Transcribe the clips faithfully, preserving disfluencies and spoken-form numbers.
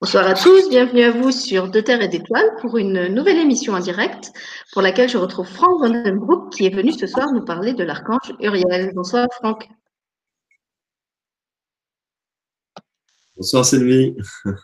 Bonsoir à tous, bienvenue à vous sur De Terre et d'Étoiles pour une nouvelle émission en direct pour laquelle je retrouve Franck Vandenbroek qui est venu ce soir nous parler de l'archange Uriel. Bonsoir Franck. Bonsoir Sylvie.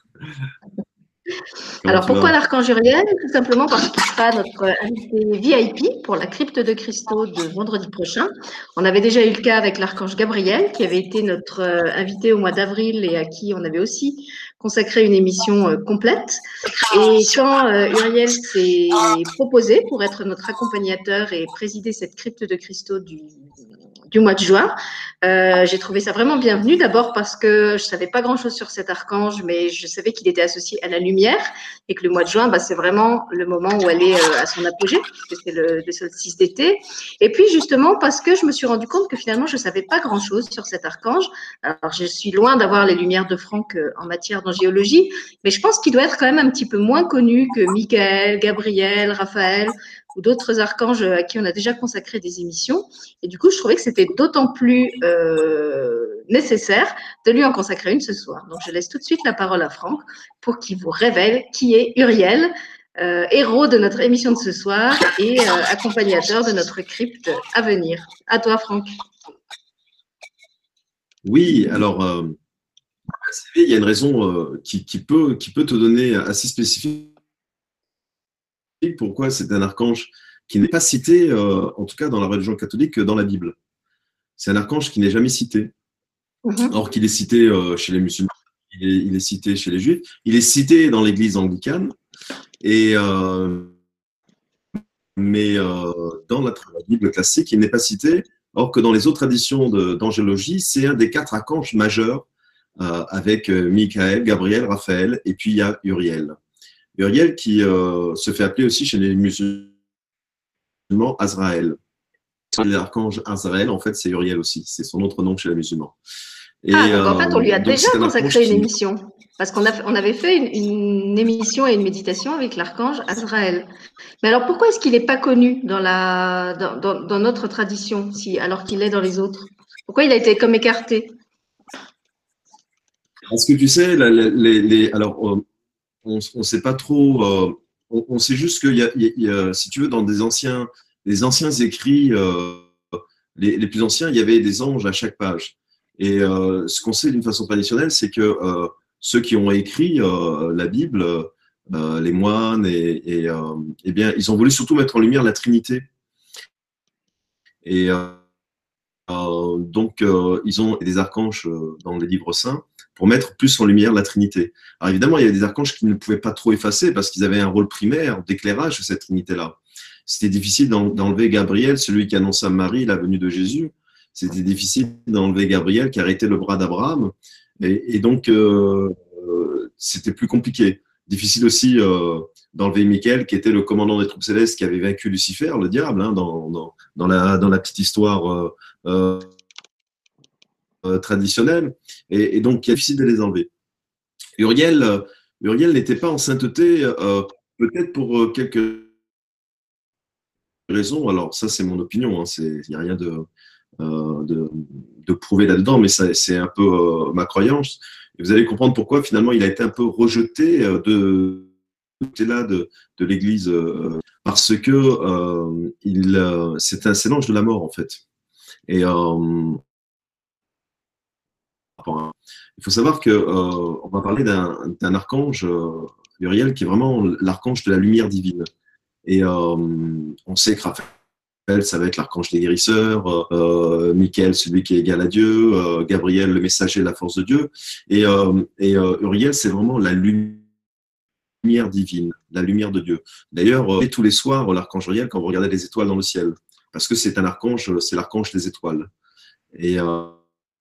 Comment Alors tu pourquoi vas? l'archange Uriel? Tout simplement parce qu'il sera notre invité V I P pour la crypte de Christo de vendredi prochain. On avait déjà eu le cas avec l'archange Gabriel qui avait été notre invité au mois d'avril et à qui on avait aussi consacré une émission complète. Et quand euh, Uriel s'est proposé pour être notre accompagnateur et présider cette crypte de Christo du, du mois de juin, euh, j'ai trouvé ça vraiment bienvenu. D'abord parce que je savais pas grand-chose sur cet archange, mais je savais qu'il était associé à la lumière et que le mois de juin, bah, c'est vraiment le moment où elle est euh, à son apogée, puisque c'est le, le solstice d'été. Et puis justement parce que je me suis rendu compte que finalement je savais pas grand-chose sur cet archange. Alors je suis loin d'avoir les lumières de Franck euh, en matière d'angéologie, mais je pense qu'il doit être quand même un petit peu moins connu que Michael, Gabriel, Raphaël ou d'autres archanges à qui on a déjà consacré des émissions. Et du coup, je trouvais que c'était d'autant plus euh, nécessaire de lui en consacrer une ce soir. Donc, je laisse tout de suite la parole à Franck pour qu'il vous révèle qui est Uriel, euh, héros de notre émission de ce soir et euh, accompagnateur de notre crypte à venir. À toi, Franck. Oui, alors, euh, Sylvie, il y a une raison euh, qui, qui peut, qui peut te donner assez spécifique pourquoi c'est un archange qui n'est pas cité, euh, en tout cas dans la religion catholique, dans la Bible. C'est un archange qui n'est jamais cité, Mm-hmm. or qu'il est cité euh, chez les musulmans, il est, il est cité chez les juifs, il est cité dans l'église anglicane, et, euh, mais euh, dans la, la Bible classique, il n'est pas cité, or que dans les autres traditions de- d'angélologie, c'est un des quatre archanges majeurs euh, avec euh, Michael, Gabriel, Raphaël, et puis il y a Uriel. Uriel qui euh, se fait appeler aussi chez les musulmans Azraël. L'archange Azraël, en fait, c'est Uriel aussi. C'est son autre nom chez les musulmans. Ah, Et donc en fait, on euh, lui a donc, déjà c'est un archange consacré une qui. émission. Parce qu'on a, on avait fait une, une émission et une méditation avec l'archange Azraël. Mais alors, pourquoi est-ce qu'il n'est pas connu dans, la, dans, dans, dans notre tradition, si, alors qu'il est dans les autres? Pourquoi il a été comme écarté? Parce que tu sais, la- la- les, les- alors, euh, on ne sait pas trop. Euh, on, on sait juste qu'il y a, il y a- il y a, si tu veux, dans des anciens, les anciens écrits, euh, les, les plus anciens, il y avait des anges à chaque page. Et euh, ce qu'on sait d'une façon traditionnelle, c'est que euh, ceux qui ont écrit euh, la Bible, euh, les moines, et, et, euh, eh bien, ils ont voulu surtout mettre en lumière la Trinité. Et euh, euh, donc, euh, ils ont des archanges euh, dans les livres saints pour mettre plus en lumière la Trinité. Alors évidemment, il y avait des archanges qui ne pouvaient pas trop effacer parce qu'ils avaient un rôle primaire d'éclairage de cette Trinité-là. C'était difficile d'en- d'enlever Gabriel, celui qui annonça à Marie la venue de Jésus. C'était difficile d'enlever Gabriel qui arrêtait le bras d'Abraham. Et, et donc, euh, euh, c'était plus compliqué. Difficile aussi euh, d'enlever Michael, qui était le commandant des troupes célestes qui avait vaincu Lucifer, le diable, hein, dans, dans, dans, la, dans la petite histoire euh, euh, euh, traditionnelle. Et, et donc, il est difficile de les enlever. Uriel, euh, Uriel n'était pas en sainteté, euh, peut-être pour euh, quelques raisons. Alors, ça, c'est mon opinion. Hein, il n'y a rien de, euh, de, de prouvé là-dedans, mais c'est un peu euh, ma croyance. Et vous allez comprendre pourquoi, finalement, il a été un peu rejeté euh, de là de, de l'Église euh, parce que euh, il euh, c'est un c'est l'ange de la mort en fait. Et euh, il faut savoir que euh, on va parler d'un d'un archange euh, Uriel qui est vraiment l'archange de la lumière divine. Et euh, on sait que Raphaël, ça va être l'archange des guérisseurs, euh, Michael, celui qui est égal à Dieu, euh, Gabriel, le messager, la force de Dieu. Et, euh, et euh, Uriel, c'est vraiment la lumière divine, la lumière de Dieu. D'ailleurs, euh, tous les soirs, l'archange Uriel, quand vous regardez les étoiles dans le ciel, parce que c'est un archange, c'est l'archange des étoiles. Et euh,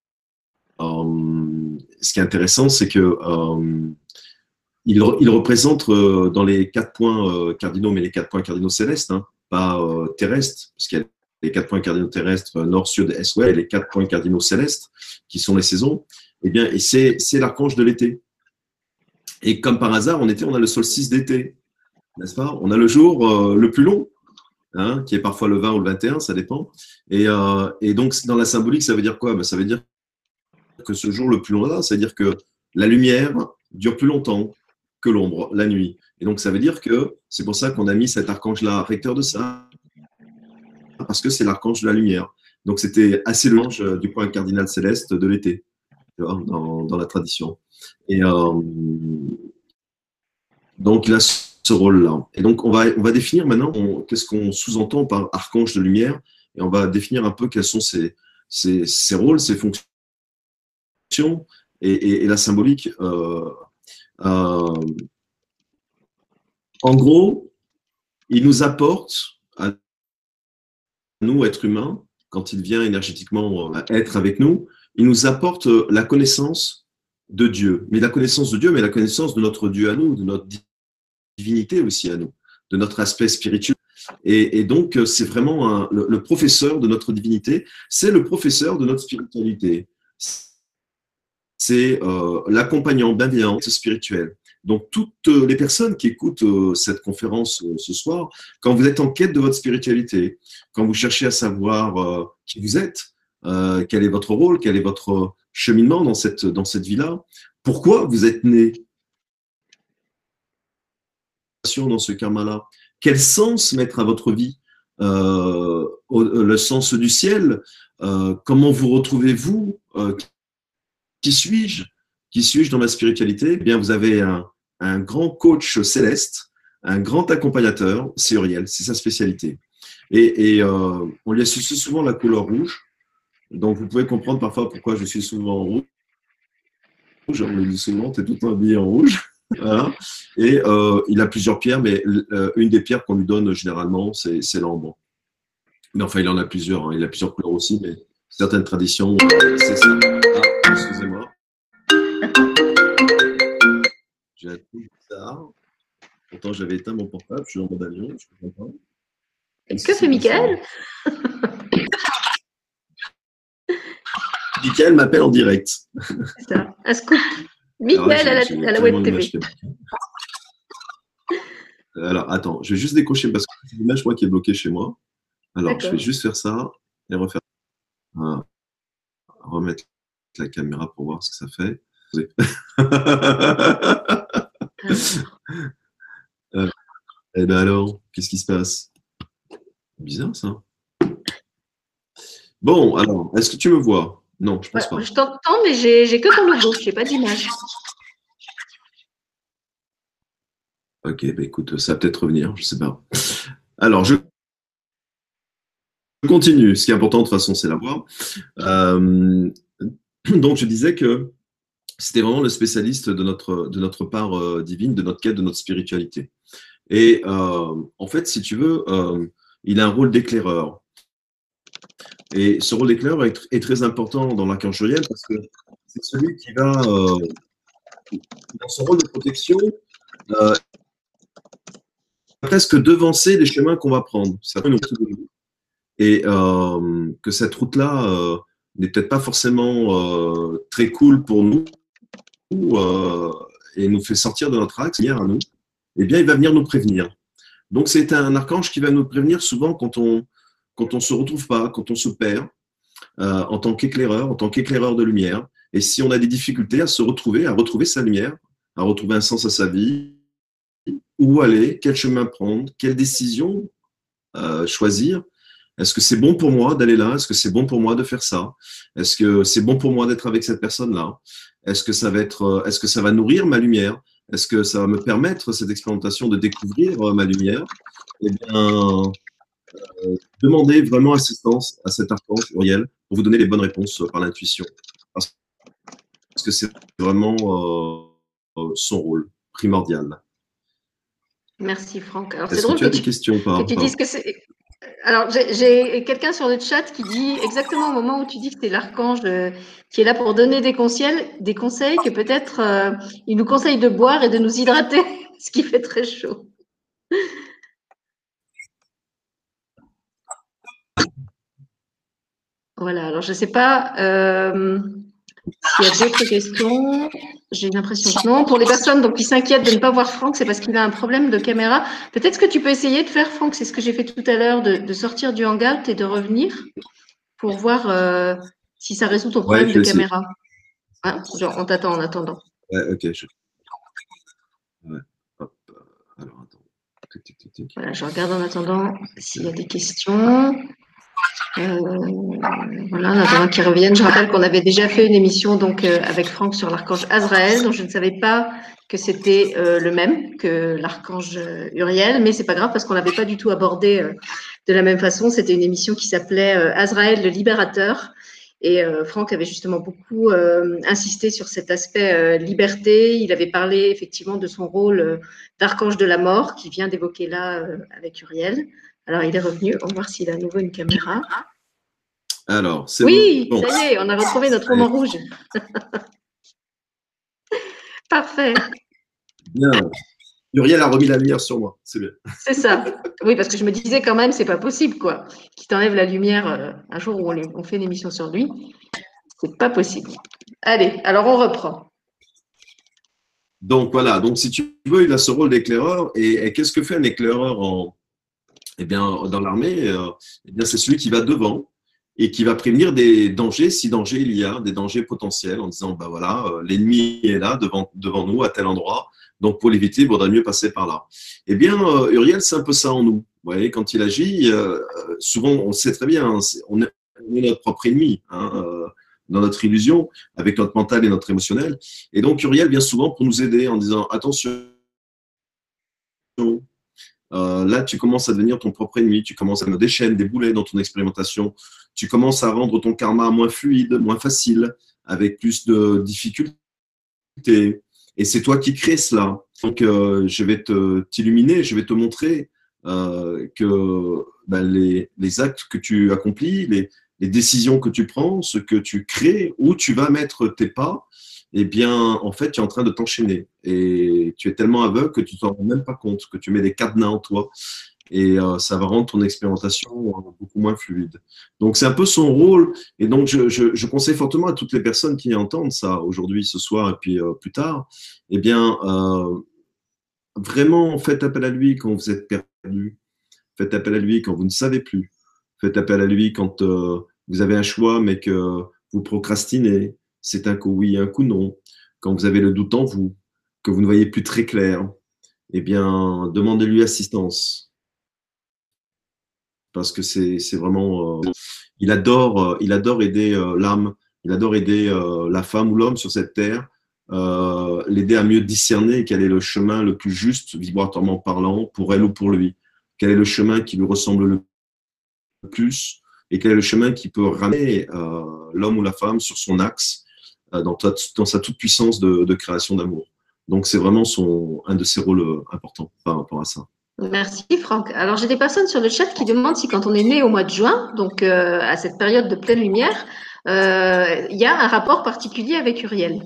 euh, ce qui est intéressant, c'est que euh, il, il, représente euh, dans les quatre points euh, cardinaux, mais les quatre points cardinaux célestes, hein, pas euh, terrestres, parce qu'il y a les quatre points cardinaux terrestres, nord, sud, est, ouest, et les quatre points cardinaux célestes, qui sont les saisons. Eh bien, et c'est l'archange de l'été. Et comme par hasard, en été, on a le solstice d'été, n'est-ce pas? On a le jour euh, le plus long, hein, qui est parfois le vingt ou le vingt et un, ça dépend. Et, euh, et donc, dans la symbolique, ça veut dire quoi? Ben, ça veut dire que ce jour le plus long là, c'est-à-dire que la lumière dure plus longtemps, que l'ombre, la nuit. Et donc, ça veut dire que c'est pour ça qu'on a mis cet archange-là recteur de ça, parce que c'est l'archange de la lumière. Donc, c'était assez le ange du point cardinal céleste de l'été, dans, dans la tradition. Et euh, donc, il a ce rôle-là. Et donc, on va, on va définir maintenant qu'est-ce qu'on sous-entend par archange de lumière, et on va définir un peu quels sont ses, ses, ses rôles, ses fonctions, et, et, et la symbolique. Euh, euh, en gros, il nous apporte à nous, êtres humains, quand il vient énergétiquement être avec nous, il nous apporte la connaissance de Dieu. Mais la connaissance de Dieu, mais la connaissance de notre Dieu à nous, de notre divinité aussi à nous, de notre aspect spirituel. Et, et donc, c'est vraiment un, le, le professeur de notre divinité, c'est le professeur de notre spiritualité. C'est euh, l'accompagnant bienveillant spirituel. Donc, toutes les personnes qui écoutent euh, cette conférence euh, ce soir, quand vous êtes en quête de votre spiritualité, quand vous cherchez à savoir euh, qui vous êtes, euh, quel est votre rôle, quel est votre cheminement dans cette, dans cette vie-là, pourquoi vous êtes né dans ce karma-là, quel sens mettre à votre vie, euh, le sens du ciel, euh, comment vous retrouvez-vous, euh, qui suis-je, qui suis-je dans ma spiritualité? Eh bien, vous avez un, un grand coach céleste, un grand accompagnateur, c'est Uriel, c'est sa spécialité. Et, et euh, on lui associe souvent la couleur rouge. Donc, vous pouvez comprendre parfois pourquoi je suis souvent en rouge. On me dit souvent, tu es tout le temps habillé en rouge. Voilà. Et euh, il a plusieurs pierres, mais euh, une des pierres qu'on lui donne généralement, c'est, c'est l'ambre. Mais enfin, il en a plusieurs. Hein. Il a plusieurs couleurs aussi, mais certaines traditions, euh, c'est ça. Ah, excusez-moi. J'ai un truc bizarre. Pourtant, j'avais éteint mon portable. Je suis en mode avion. Je comprends pas. Est-ce que c'est Mickaël? Mickaël m'appelle en direct. C'est ça. Un scoop. Mickaël à la, à la web T V. Alors, attends, je vais juste décrocher parce que c'est l'image, moi, qui est bloquée chez moi. Alors, je vais juste faire ça et refaire. Voilà. Remettre la caméra pour voir ce que ça fait. euh, et bien alors, qu'est-ce qui se passe? Bizarre, ça. Bon, alors, est-ce que tu me vois? Non, je pense ouais, pas. Je t'entends, mais j'ai, j'ai que ton logo, je n'ai pas d'image. Ok, bah écoute, ça va peut-être revenir, je ne sais pas. Alors, je continue. Ce qui est important, de toute façon, c'est la voix. Euh, donc, je disais que c'était vraiment le spécialiste de notre, de notre part euh, divine, de notre quête, de notre spiritualité. Et euh, en fait, si tu veux, euh, il a un rôle d'éclaireur. Et ce rôle d'éclaireur est, est très important dans l'archange Uriel parce que c'est celui qui va, euh, dans son rôle de protection, euh, presque devancer les chemins qu'on va prendre. Ça peut nous et euh, que cette route-là euh, n'est peut-être pas forcément euh, très cool pour nous euh, et nous fait sortir de notre axe, à nous, eh bien, il va venir nous prévenir. Donc, c'est un archange qui va nous prévenir souvent quand on quand on se retrouve pas, quand on se perd, euh, en tant qu'éclaireur, en tant qu'éclaireur de lumière. Et si on a des difficultés à se retrouver, à retrouver sa lumière, à retrouver un sens à sa vie, où aller, quel chemin prendre, quelle décision euh, choisir. Est-ce que c'est bon pour moi d'aller là? Est-ce que c'est bon pour moi de faire ça? Est-ce que c'est bon pour moi d'être avec cette personne-là? Est-ce que ça va être, est-ce que ça va nourrir ma lumière? Est-ce que ça va me permettre, cette expérimentation, de découvrir ma lumière? Eh bien, euh, demandez vraiment assistance à cet archange Uriel pour vous donner les bonnes réponses par l'intuition. Parce que c'est vraiment euh, son rôle primordial. Merci Franck. Alors, c'est drôle que, tu as des tu, questions par que tu dises que c'est. Alors, j'ai, j'ai quelqu'un sur le chat qui dit exactement au moment où tu dis que c'est l'archange euh, qui est là pour donner des conseils, des conseils que peut-être euh, il nous conseille de boire et de nous hydrater, ce qui fait très chaud. Voilà, alors je ne sais pas euh, s'il y a d'autres questions. J'ai l'impression que non. Pour les personnes donc, qui s'inquiètent de ne pas voir Franck, c'est parce qu'il a un problème de caméra. Peut-être que tu peux essayer de faire, Franck, c'est ce que j'ai fait tout à l'heure, de, de sortir du hangout et de revenir pour voir euh, si ça résout ton problème ouais, de caméra. Hein, genre, on t'attend en attendant. Ouais, ok. Je... Ouais. Hop. Alors, attends. Tic, tic, tic, tic. Voilà, je regarde en attendant s'il y a des questions. Euh, voilà, en attendant qu'ils reviennent. Je rappelle qu'on avait déjà fait une émission donc euh, avec Franck sur l'archange Azraël, donc je ne savais pas que c'était euh, le même que l'archange Uriel, mais c'est pas grave parce qu'on l'avait pas du tout abordé euh, de la même façon. C'était une émission qui s'appelait euh, Azraël le libérateur. Et euh, Franck avait justement beaucoup euh, insisté sur cet aspect euh, liberté. Il avait parlé effectivement de son rôle euh, d'archange de la mort, qui vient d'évoquer là euh, avec Uriel. Alors, il est revenu. On va voir s'il a à nouveau une caméra. Alors, c'est Oui, bon. ça y est, on a retrouvé notre roman rouge. Parfait. Bien. Muriel a remis la lumière sur moi. C'est bien. C'est ça. Oui, parce que je me disais quand même, c'est pas possible, quoi. Qu'il t'enlève la lumière euh, un jour où on, on fait une émission sur lui. C'est pas possible. Allez, alors on reprend. Donc voilà, donc si tu veux, il a ce rôle d'éclaireur. Et, et qu'est-ce que fait un éclaireur en, eh bien, dans l'armée? euh, eh bien, c'est celui qui va devant et qui va prévenir des dangers, si danger il y a, des dangers potentiels, en disant, bah voilà, euh, l'ennemi est là devant, devant nous à tel endroit, donc pour l'éviter, il vaudrait mieux passer par là. Eh bien, euh, Uriel, c'est un peu ça en nous. Vous voyez, quand il agit, euh, souvent, on sait très bien, hein, on, est, on, est, notre propre ennemi, hein, euh, dans notre illusion, avec notre mental et notre émotionnel. Et donc, Uriel vient souvent pour nous aider en disant, attention, Euh, là, tu commences à devenir ton propre ennemi, tu commences à mettre des chaînes, des boulets dans ton expérimentation, tu commences à rendre ton karma moins fluide, moins facile, avec plus de difficultés. Et c'est toi qui crées cela. Donc, euh, je vais te t'illuminer, je vais te montrer euh, que ben, les, les actes que tu accomplis, les, les décisions que tu prends, ce que tu crées, où tu vas mettre tes pas, eh bien, en fait, tu es en train de t'enchaîner. Et tu es tellement aveugle que tu ne t'en rends même pas compte, que tu mets des cadenas en toi. Et euh, ça va rendre ton expérimentation euh, beaucoup moins fluide. Donc, c'est un peu son rôle. Et donc, je, je, je conseille fortement à toutes les personnes qui entendent ça aujourd'hui, ce soir et puis euh, plus tard, eh bien, euh, vraiment, faites appel à lui quand vous êtes perdu. Faites appel à lui quand vous ne savez plus. Faites appel à lui quand euh, vous avez un choix, mais que vous procrastinez. C'est un coup oui, un coup non. Quand vous avez le doute en vous, que vous ne voyez plus très clair, eh bien, demandez-lui assistance. Parce que c'est vraiment. Euh, il, adore, euh, il adore aider euh, l'âme, il adore aider euh, la femme ou l'homme sur cette terre, euh, l'aider à mieux discerner quel est le chemin le plus juste, vibratoirement parlant, pour elle ou pour lui. Quel est le chemin qui lui ressemble le plus et quel est le chemin qui peut ramener euh, l'homme ou la femme sur son axe euh, dans, ta, dans sa toute puissance de, de création d'amour. Donc c'est vraiment son, un de ses rôles euh, importants par rapport à ça. Merci Franck. Alors j'ai des personnes sur le chat qui demandent si quand on est né au mois de juin, donc euh, à cette période de pleine lumière, euh, il y a un rapport particulier avec Uriel.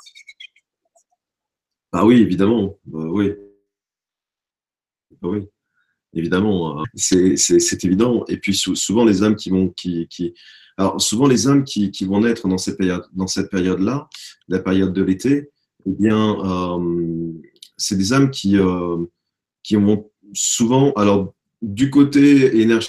Ah oui, évidemment. Euh, oui. Oui. Évidemment, c'est évident. Et puis souvent les âmes qui vont, qui, qui, alors souvent les âmes qui, qui vont naître dans ces périodes, dans cette période-là, la période de l'été, eh bien, euh, c'est des âmes qui, euh, qui vont souvent, alors du côté énergie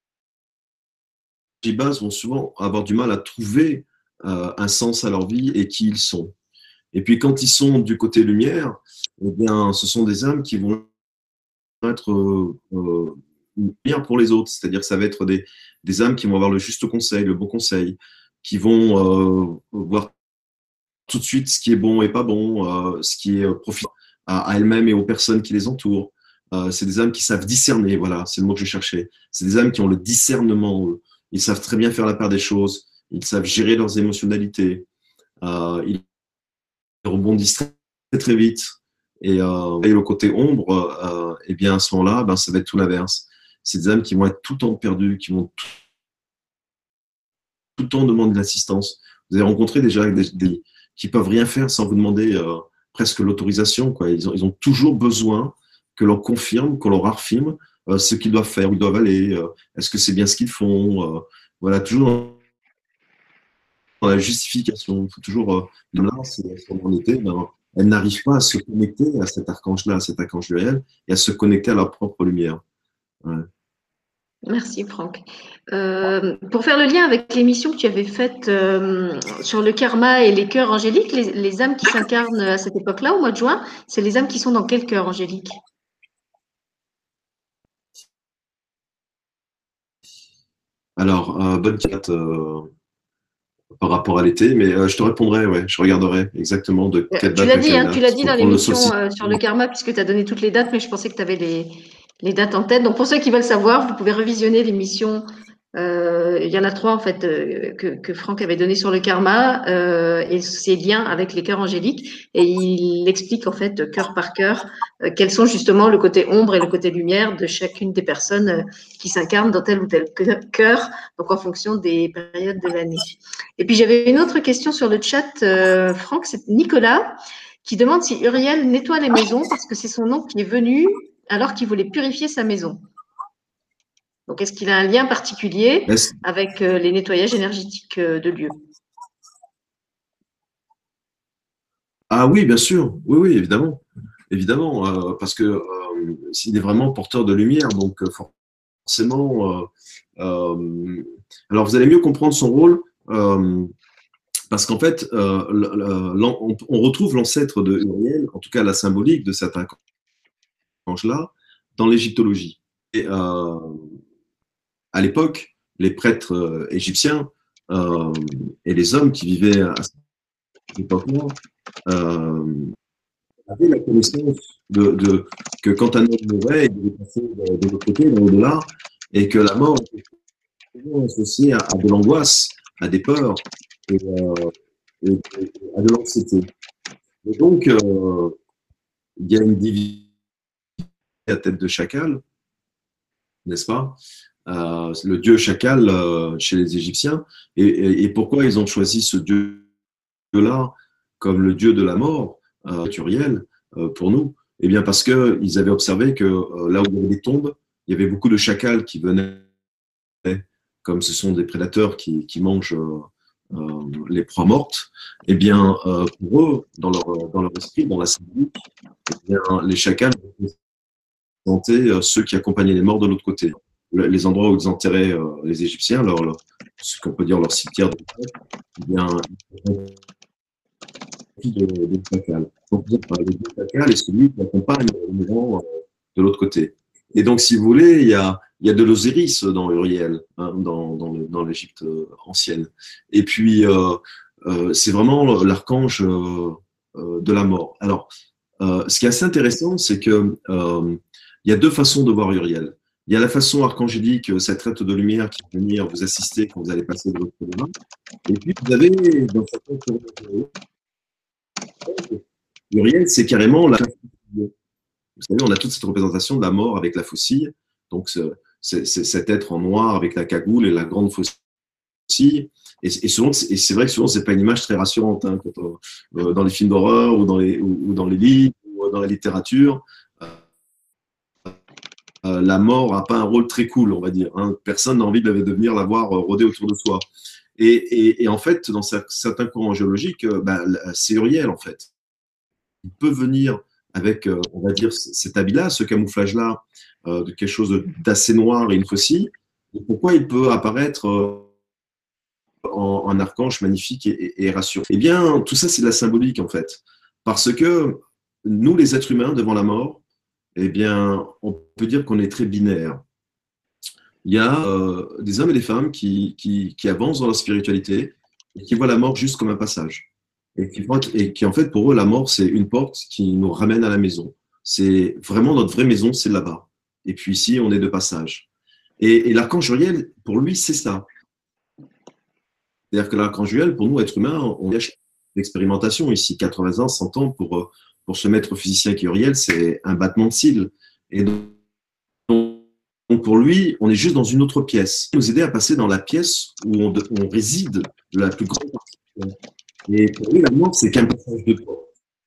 basse, vont souvent avoir du mal à trouver euh, un sens à leur vie et qui ils sont. Et puis quand ils sont du côté lumière, eh bien, ce sont des âmes qui vont être euh, bien pour les autres. C'est-à-dire que ça va être des, des âmes qui vont avoir le juste conseil, le bon conseil, qui vont euh, voir tout de suite ce qui est bon et pas bon, euh, ce qui est profitant à, à elles-mêmes et aux personnes qui les entourent. Euh, c'est des âmes qui savent discerner, voilà, c'est le mot que je cherchais. C'est des âmes qui ont le discernement. Ils savent très bien faire la part des choses. Ils savent gérer leurs émotionnalités. Euh, ils rebondissent très, très vite. Et, euh, et le côté ombre, euh, eh bien à ce moment-là, ben, ça va être tout l'inverse. C'est des âmes qui vont être tout le temps perdues, qui vont tout, tout le temps demander de l'assistance. Vous avez rencontré déjà des, des qui peuvent rien faire sans vous demander euh, presque l'autorisation. Quoi. Ils, ont, ils ont toujours besoin que l'on confirme, que l'on affirme euh, ce qu'ils doivent faire, où ils doivent aller, euh, est-ce que c'est bien ce qu'ils font. euh, Voilà, toujours dans la justification. Il faut toujours, euh, là, c'est en été, ben, elles n'arrivent pas à se connecter à cet archange-là, à cet archange Uriel, et à se connecter à leur propre lumière. Ouais. Merci Franck. Euh, pour faire le lien avec l'émission que tu avais faite euh, sur le karma et les cœurs angéliques, les, les âmes qui s'incarnent à cette époque-là, au mois de juin, c'est les âmes qui sont dans quel cœur angélique? Alors, euh, bonne carte euh, par rapport à l'été, mais euh, je te répondrai, ouais, je regarderai exactement de Euh, quelle Tu date l'as à dit, quelle hein, tu l'as date dit pour dans prendre le l'émission solstice. euh, sur le karma, puisque tu as donné toutes les dates, mais je pensais que tu avais les, les dates en tête. Donc, pour ceux qui veulent savoir, vous pouvez revisionner l'émission. Euh, il y en a trois, en fait, euh, que, que Franck avait donné sur le karma euh, et ses liens avec les cœurs angéliques. Et il explique, en fait, cœur par cœur, euh, quels sont justement le côté ombre et le côté lumière de chacune des personnes euh, qui s'incarnent dans tel ou tel cœur, donc en fonction des périodes de l'année. Et puis, j'avais une autre question sur le chat, euh, Franck, c'est Nicolas qui demande si Uriel nettoie les maisons parce que c'est son nom qui est venu alors qu'il voulait purifier sa maison. Donc, est-ce qu'il a un lien particulier Est-ce- avec euh, les nettoyages énergétiques euh, de lieux? Ah oui, bien sûr, oui, oui, évidemment, évidemment, euh, parce que euh, s'il est vraiment porteur de lumière, donc euh, forcément, euh, euh, alors vous allez mieux comprendre son rôle. Euh, Parce qu'en fait, euh, le- le- on, on retrouve l'ancêtre de Uriel, en tout cas la symbolique de cet archange-là, dans l'égyptologie. Et euh, à l'époque, les prêtres euh, égyptiens euh, et les hommes qui vivaient à cette époque-là euh, avaient la connaissance de, de- que quand un homme mourait, il devait passer de, de l'autre côté, de l'au-delà, et que la mort était souvent associée à, à de l'angoisse, à des peurs et, euh, et- et à de l'anxiété. Et donc, euh, il y a une division à tête de chacal, n'est-ce pas? Euh, le dieu chacal euh, chez les Égyptiens. Et, et, et pourquoi ils ont choisi ce dieu-là comme le dieu de la mort, euh, Uriel, euh, pour nous? Eh bien, parce qu'ils avaient observé que euh, là où il y avait des tombes, il y avait beaucoup de chacals qui venaient, comme ce sont des prédateurs qui, qui mangent euh, euh, les proies mortes. Eh bien, euh, pour eux, dans leur, dans leur esprit, dans la symbolique, eh bien, les chacals euh, ceux qui accompagnaient les morts de l'autre côté. Les endroits où ils enterraient euh, les Égyptiens, leur, leur- ce qu'on peut dire leur cimetière de eh bien, de, de chacal. Donc, le dieu chacal est celui qui accompagne les gens euh, de l'autre côté. Et donc, si vous voulez, il y a, il y a de l'Osiris dans Uriel, hein, dans, dans, le, dans l'Égypte euh, ancienne. Et puis, euh, euh, c'est vraiment l'archange euh, euh, de la mort. Alors, euh, ce qui est assez intéressant, c'est que euh, il y a deux façons de voir Uriel. Il y a la façon archangélique, cette traite de lumière qui va venir vous assister quand vous allez passer de l'autre côté. Et puis, vous avez, dans certains Uriel, c'est carrément la. Vous savez, on a toute cette représentation de la mort avec la faucille. Donc, c'est cet être en noir avec la cagoule et la grande faucille. Et, et, souvent, et c'est vrai que souvent, c'est pas une image très rassurante hein, quand on, euh, dans les films d'horreur ou dans les, ou, ou dans les livres ou dans la littérature. Euh, la mort n'a pas un rôle très cool, on va dire. Hein. Personne n'a envie de, de venir la voir rôder autour de soi. Et, et, et en fait, dans certains courants géologiques, euh, bah, c'est Uriel, en fait. Il peut venir avec, euh, on va dire, cet habit-là, ce camouflage-là, euh, de quelque chose d'assez noir et une faucille. Et pourquoi il peut apparaître euh, en, en archange magnifique et, et, et rassurant? Eh bien, tout ça, c'est de la symbolique, en fait. Parce que nous, les êtres humains, devant la mort, eh bien, on peut dire qu'on est très binaire. Il y a euh, des hommes et des femmes qui, qui, qui avancent dans leur spiritualité et qui voient la mort juste comme un passage. Et qui, et qui en fait, pour eux, la mort, c'est une porte qui nous ramène à la maison. C'est vraiment notre vraie maison, c'est là-bas. Et puis ici, on est de passage. Et, et l'archange Uriel, pour lui, c'est ça. C'est-à-dire que l'archange Uriel, pour nous, êtres humains, on a l'expérimentation ici, quatre-vingts ans, cent ans, pour, pour ce maître physicien qui est Uriel, c'est un battement de cils. Et donc, donc pour lui, on est juste dans une autre pièce. Il nous aider à passer dans la pièce où on, on réside de la plus grande partie. Et pour lui, la mort, c'est qu'un passage de porte.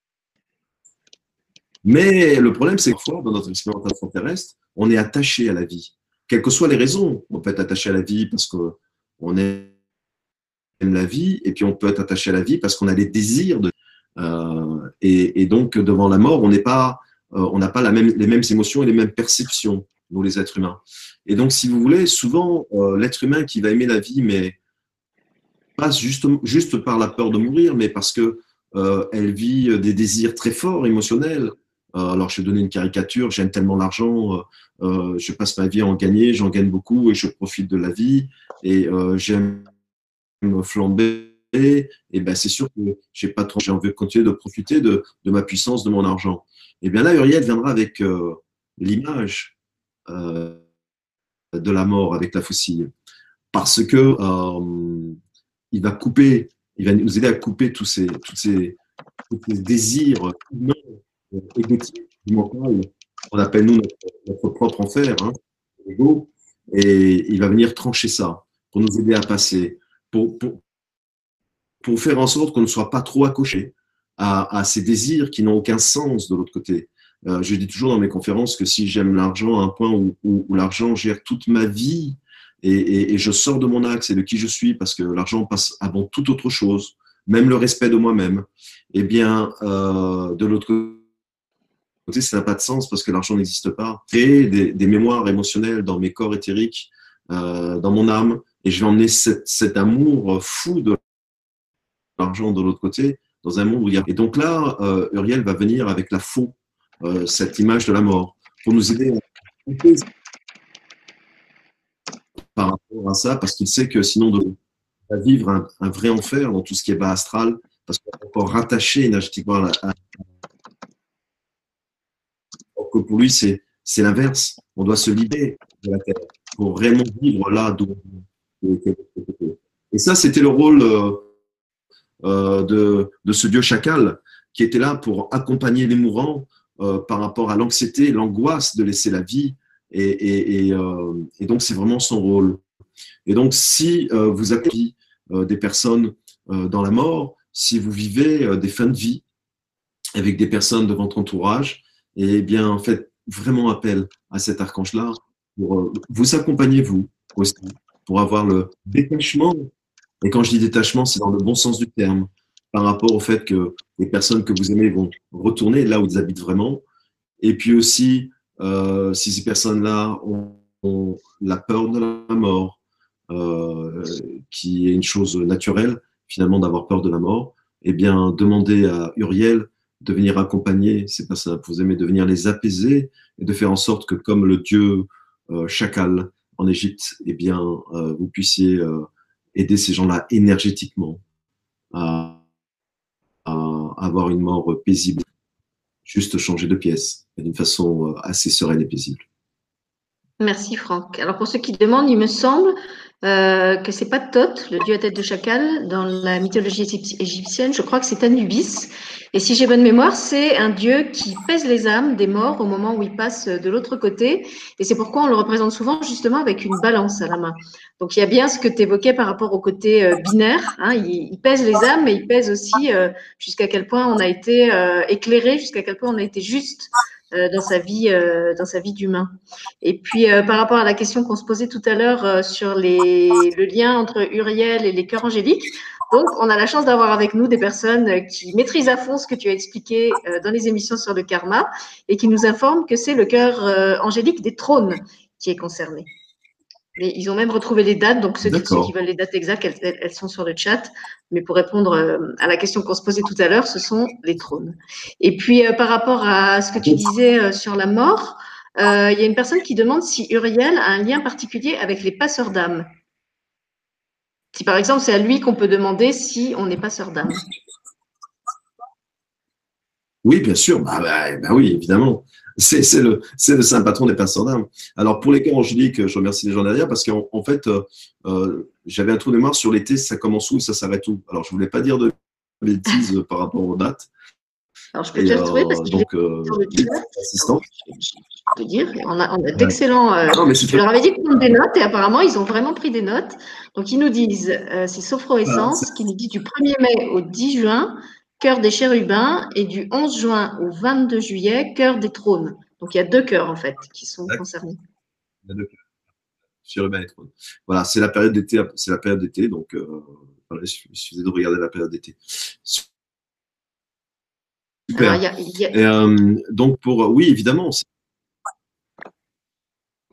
Mais le problème, c'est que parfois, dans notre expérimentation terrestre, on est attaché à la vie. Quelles que soient les raisons, on peut être attaché à la vie parce qu'on aime la vie, et puis on peut être attaché à la vie parce qu'on a les désirs de. Euh, et, et donc, devant la mort, on n'est pas, euh, on n'a pas la même, les mêmes émotions et les mêmes perceptions. nous les êtres humains. Et donc, si vous voulez, souvent, euh, l'être humain qui va aimer la vie, mais pas juste, juste par la peur de mourir, mais parce que euh, elle vit des désirs très forts, émotionnels. Euh, alors, je vais donner une caricature, j'aime tellement l'argent, euh, euh, je passe ma vie à en gagner, j'en gagne beaucoup et je profite de la vie, et euh, j'aime flamber, et ben c'est sûr que j'ai pas trop, j'ai envie de continuer de profiter de, de ma puissance, de mon argent. Et bien là, Uriel viendra avec euh, l'image euh, de la mort, avec la faucille, parce que euh, il va couper, il va nous aider à couper tous ces, tous ces, tous ces désirs humains, euh, égotiques, du mental, qu'on appelle nous notre, notre propre enfer, hein, l'ego, et il va venir trancher ça pour nous aider à passer, pour, pour, pour faire en sorte qu'on ne soit pas trop accroché à, à ces désirs qui n'ont aucun sens de l'autre côté. Euh, je dis toujours dans mes conférences que si j'aime l'argent à un point où, où, où l'argent gère toute ma vie et, et, et je sors de mon axe et de qui je suis parce que l'argent passe avant toute autre chose, même le respect de moi-même, eh bien, euh, de l'autre côté, ça n'a pas de sens parce que l'argent n'existe pas. Créer des, des mémoires émotionnelles dans mes corps éthériques, euh, dans mon âme, et je vais emmener cette, cet amour fou de l'argent de l'autre côté, dans un monde où il y a... Et donc là, euh, Uriel va venir avec la faux, euh, cette image de la mort, pour nous aider à par rapport à ça, parce qu'il sait que sinon, on va vivre un, un vrai enfer dans tout ce qui est bas astral, parce qu'on est encore rattaché énergétiquement à la... À... Alors que pour lui, c'est l'inverse. On doit se libérer de la terre pour vraiment vivre là d'où on est. Et ça, c'était le rôle... Euh, Euh, de, de ce dieu chacal qui était là pour accompagner les mourants euh, par rapport à l'anxiété, l'angoisse de laisser la vie. Et, et, et, euh, et donc, c'est vraiment son rôle. Et donc, si euh, vous accueillez euh, des personnes euh, dans la mort, si vous vivez euh, des fins de vie avec des personnes de votre entourage, eh bien, faites vraiment appel à cet archange-là pour euh, vous accompagner, vous aussi, pour avoir le détachement. Et quand je dis détachement, c'est dans le bon sens du terme, par rapport au fait que les personnes que vous aimez vont retourner là où ils habitent vraiment. Et puis aussi, euh, si ces personnes-là ont, ont la peur de la mort, euh, qui est une chose naturelle, finalement, d'avoir peur de la mort, eh bien, demandez à Uriel de venir accompagner ces personnes que vous aimez, de venir les apaiser et de faire en sorte que, comme le dieu euh, chacal en Égypte, eh bien, euh, vous puissiez euh, aider ces gens-là énergétiquement à, à avoir une mort paisible, juste changer de pièce, d'une façon assez sereine et paisible. Merci Franck. Alors pour ceux qui demandent, il me semble euh, que c'est pas Thoth, le dieu à tête de chacal, dans la mythologie égyptienne. Je crois que c'est Anubis. Et si j'ai bonne mémoire, c'est un dieu qui pèse les âmes des morts au moment où il passe de l'autre côté. Et c'est pourquoi on le représente souvent justement avec une balance à la main. Donc il y a bien ce que tu évoquais par rapport au côté euh, binaire. Hein, il, il pèse les âmes, mais il pèse aussi euh, jusqu'à quel point on a été euh, éclairé, jusqu'à quel point on a été juste euh, dans sa vie, euh, dans sa vie d'humain. Et puis, euh, par rapport à la question qu'on se posait tout à l'heure euh, sur les, le lien entre Uriel et les cœurs angéliques, donc on a la chance d'avoir avec nous des personnes qui maîtrisent à fond ce que tu as expliqué euh, dans les émissions sur le karma et qui nous informent que c'est le cœur euh, angélique des trônes qui est concerné. Et ils ont même retrouvé les dates, donc ceux qui, ceux qui veulent les dates exactes, elles, elles, sont sur le chat. Mais pour répondre euh, à la question qu'on se posait tout à l'heure, ce sont les trônes. Et puis, euh, par rapport à ce que tu disais euh, sur la mort, euh, il y a une personne qui demande si Uriel a un lien particulier avec les passeurs d'âme. Si par exemple, c'est à lui qu'on peut demander si on est passeur d'âme. Oui, bien sûr. Bah, bah, bah oui, évidemment. C'est le, le saint patron des passeurs d'âme. Alors, pour les cœurs angéliques, je remercie les gens derrière parce qu'en en fait, euh, euh, j'avais un trou de mémoire sur l'été, ça commence où et ça s'arrête où. Alors, je ne voulais pas dire de bêtises par rapport aux dates. Alors, je peux et te le trouver parce que donc, euh, sur le assistant. Je peux dire, on a, on a d'excellents. Euh, non, je leur avais dit de prendre des notes et apparemment, ils ont vraiment pris des notes. Donc, ils nous disent, euh, c'est Sophroessence voilà, qui nous dit du premier mai au dix juin, cœur des chérubins, et du onze juin au vingt-deux juillet, cœur des trônes. Donc, il y a deux cœurs, en fait, qui sont concernés. Il y a deux cœurs. Chérubins et trônes. Voilà, c'est la période d'été, c'est la période d'été, donc euh, voilà, il suffisait de regarder la période d'été. Super. Alors, y a, y a... Et, euh, donc, pour, oui, évidemment.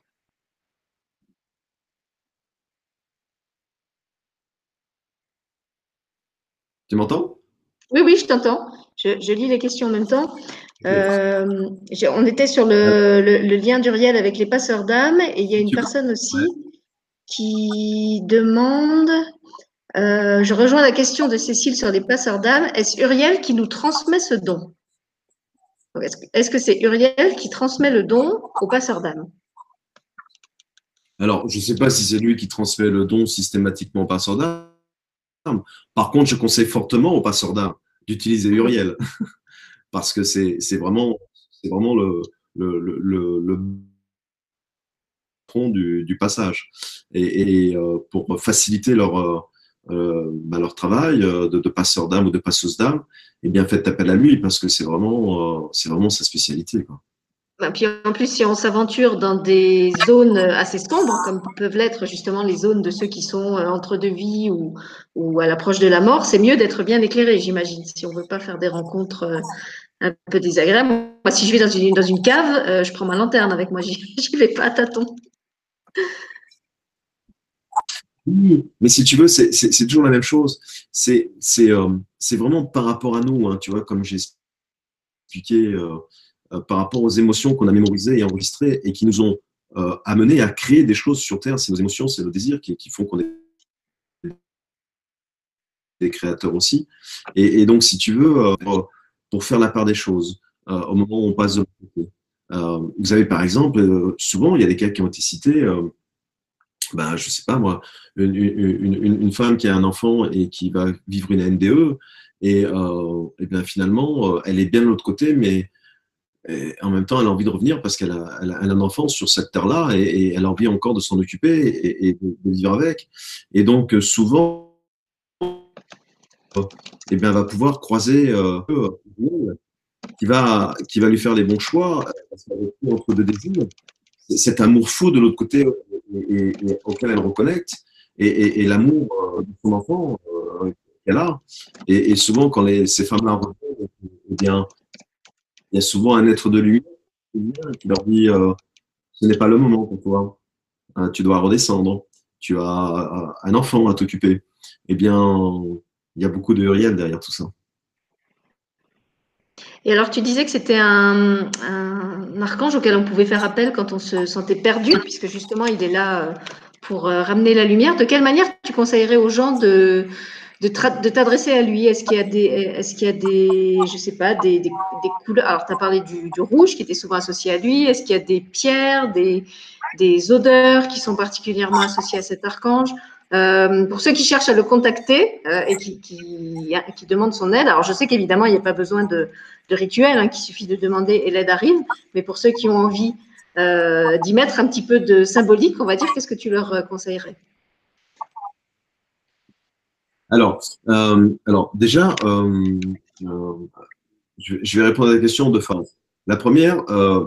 Tu m'entends? Oui, oui, je t'entends. Je, je lis les questions en même temps. Euh, j'ai- on était sur Alors, le, le- le lien d'Uriel avec les passeurs d'âme et il y a si une tu veux, personne ouais. aussi qui demande, euh, je rejoins la question de Cécile sur les passeurs d'âme, est-ce Uriel qui nous transmet ce don? Donc, Est-ce que est-ce que c'est Uriel qui transmet le don aux passeurs d'âme? Alors, je ne sais pas si c'est lui qui transmet le don systématiquement au passeur d'âme. Par contre, je conseille fortement aux passeurs d'âme d'utiliser Mhm. Uriel parce que c'est c'est vraiment, c'est vraiment le, le, le, le, le tronc du, du passage. Et, et euh, pour faciliter leur, euh, euh, bah, leur travail euh, de, de passeur d'âme ou de passeuse d'âme, eh bien, faites appel à lui parce que c'est vraiment, euh, c'est vraiment sa spécialité, quoi. Et puis en plus, si on s'aventure dans des zones assez sombres, comme peuvent l'être justement les zones de ceux qui sont euh, entre deux vies ou, ou à l'approche de la mort, c'est mieux d'être bien éclairé, j'imagine, si on veut pas faire des rencontres euh, un peu désagréables. Moi, si je vais dans une, dans une cave, euh, je prends ma lanterne avec moi, j'y j'y vais pas à tâtons. Oui, mais si tu veux, c'est c'est- c'est toujours la même chose. C'est c'est euh, c'est vraiment par rapport à nous, hein, tu vois, comme j'ai expliqué, euh, euh, par rapport aux émotions qu'on a mémorisées et enregistrées et qui nous ont euh, amenés à créer des choses sur Terre. C'est nos émotions, c'est nos désirs qui, qui font qu'on est des créateurs aussi. Et, et donc, si tu veux, euh, pour faire la part des choses, euh, au moment où on passe de l'autre côté, euh, vous avez par exemple, euh, souvent, il y a des cas qui ont été cités. Euh, ben, je sais pas moi, une, une, une, une femme qui a un enfant et qui va vivre une N D E, et, euh, et bien finalement, euh, elle est bien de l'autre côté, mais et en même temps, elle a envie de revenir parce qu'elle a, elle a, elle a un enfant sur cette terre-là et, et, elle a envie encore de s'en occuper et, et de, de, vivre avec. Et donc, souvent, eh bien, elle va pouvoir croiser euh, qui va, qui va lui faire les bons choix parce qu'elle est entre deux désirs. Cet amour fou de l'autre côté et, et, et auquel elle reconnecte et, et, et l'amour euh, de son enfant euh, qu'elle a. Et, et souvent, quand les, ces femmes-là reviennent, eh bien, il y a souvent un être de lumière qui leur dit euh, ce n'est pas le moment pour toi. Hein, tu dois redescendre. Tu as un enfant à t'occuper. Eh bien, il y a beaucoup de Uriel derrière tout ça. Et alors, tu disais que c'était un, un archange auquel on pouvait faire appel quand on se sentait perdu, puisque justement, il est là euh, pour euh, ramener la lumière. De quelle manière tu conseillerais aux gens de, de, de t'adresser à lui? Est-ce qu'il y a des, est-ce qu'il y a des, je sais pas, des, des, des couleurs? Alors, tu as parlé du, du rouge qui était souvent associé à lui. Est-ce qu'il y a des pierres, des, des odeurs qui sont particulièrement associées à cet archange? Euh, pour ceux qui cherchent à le contacter euh, et qui, qui, qui demandent son aide, alors je sais qu'évidemment, il n'y a pas besoin de, de rituel, hein, qu'il suffit de demander et l'aide arrive, mais pour ceux qui ont envie euh, d'y mettre un petit peu de symbolique, on va dire, qu'est-ce que tu leur conseillerais? Alors, euh, alors déjà, euh, euh, je, je, vais répondre à la question de phase. La première, euh,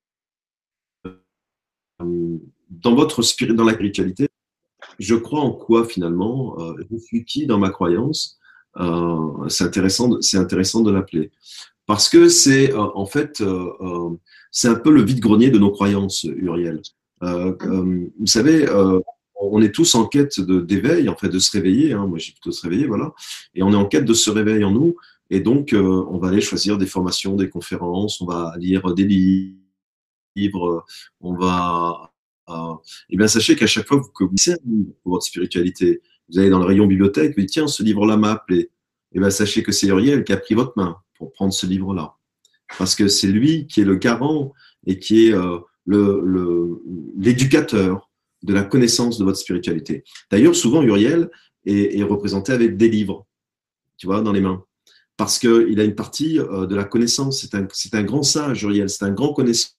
euh, dans votre spirit, dans la spiritualité, je crois en quoi finalement euh, je suis qui dans ma croyance euh, C'est intéressant, c'est intéressant de l'appeler parce que c'est euh, en fait euh, euh, c'est un peu le vide-grenier de nos croyances, Uriel. Euh, euh, vous savez, euh, on est tous en quête de d'éveil, en fait, de se réveiller. Hein, moi, j'ai plutôt se réveiller, voilà. Et on est en quête de ce réveil en nous. Et donc, euh, on va aller choisir des formations, des conférences, on va lire des livres, on va. Euh, et bien, sachez qu'à chaque fois que vous lisez pour votre spiritualité, vous allez dans le rayon bibliothèque, vous dites tiens, ce livre-là m'a appelé. Et bien, sachez que c'est Uriel qui a pris votre main pour prendre ce livre-là. Parce que c'est lui qui est le garant et qui est euh, le, le, l'éducateur de la connaissance de votre spiritualité. D'ailleurs, souvent, Uriel est, est représenté avec des livres, tu vois, dans les mains. Parce qu'il a une partie euh, de la connaissance. C'est un, c'est un grand sage, Uriel. C'est un grand connaisseur.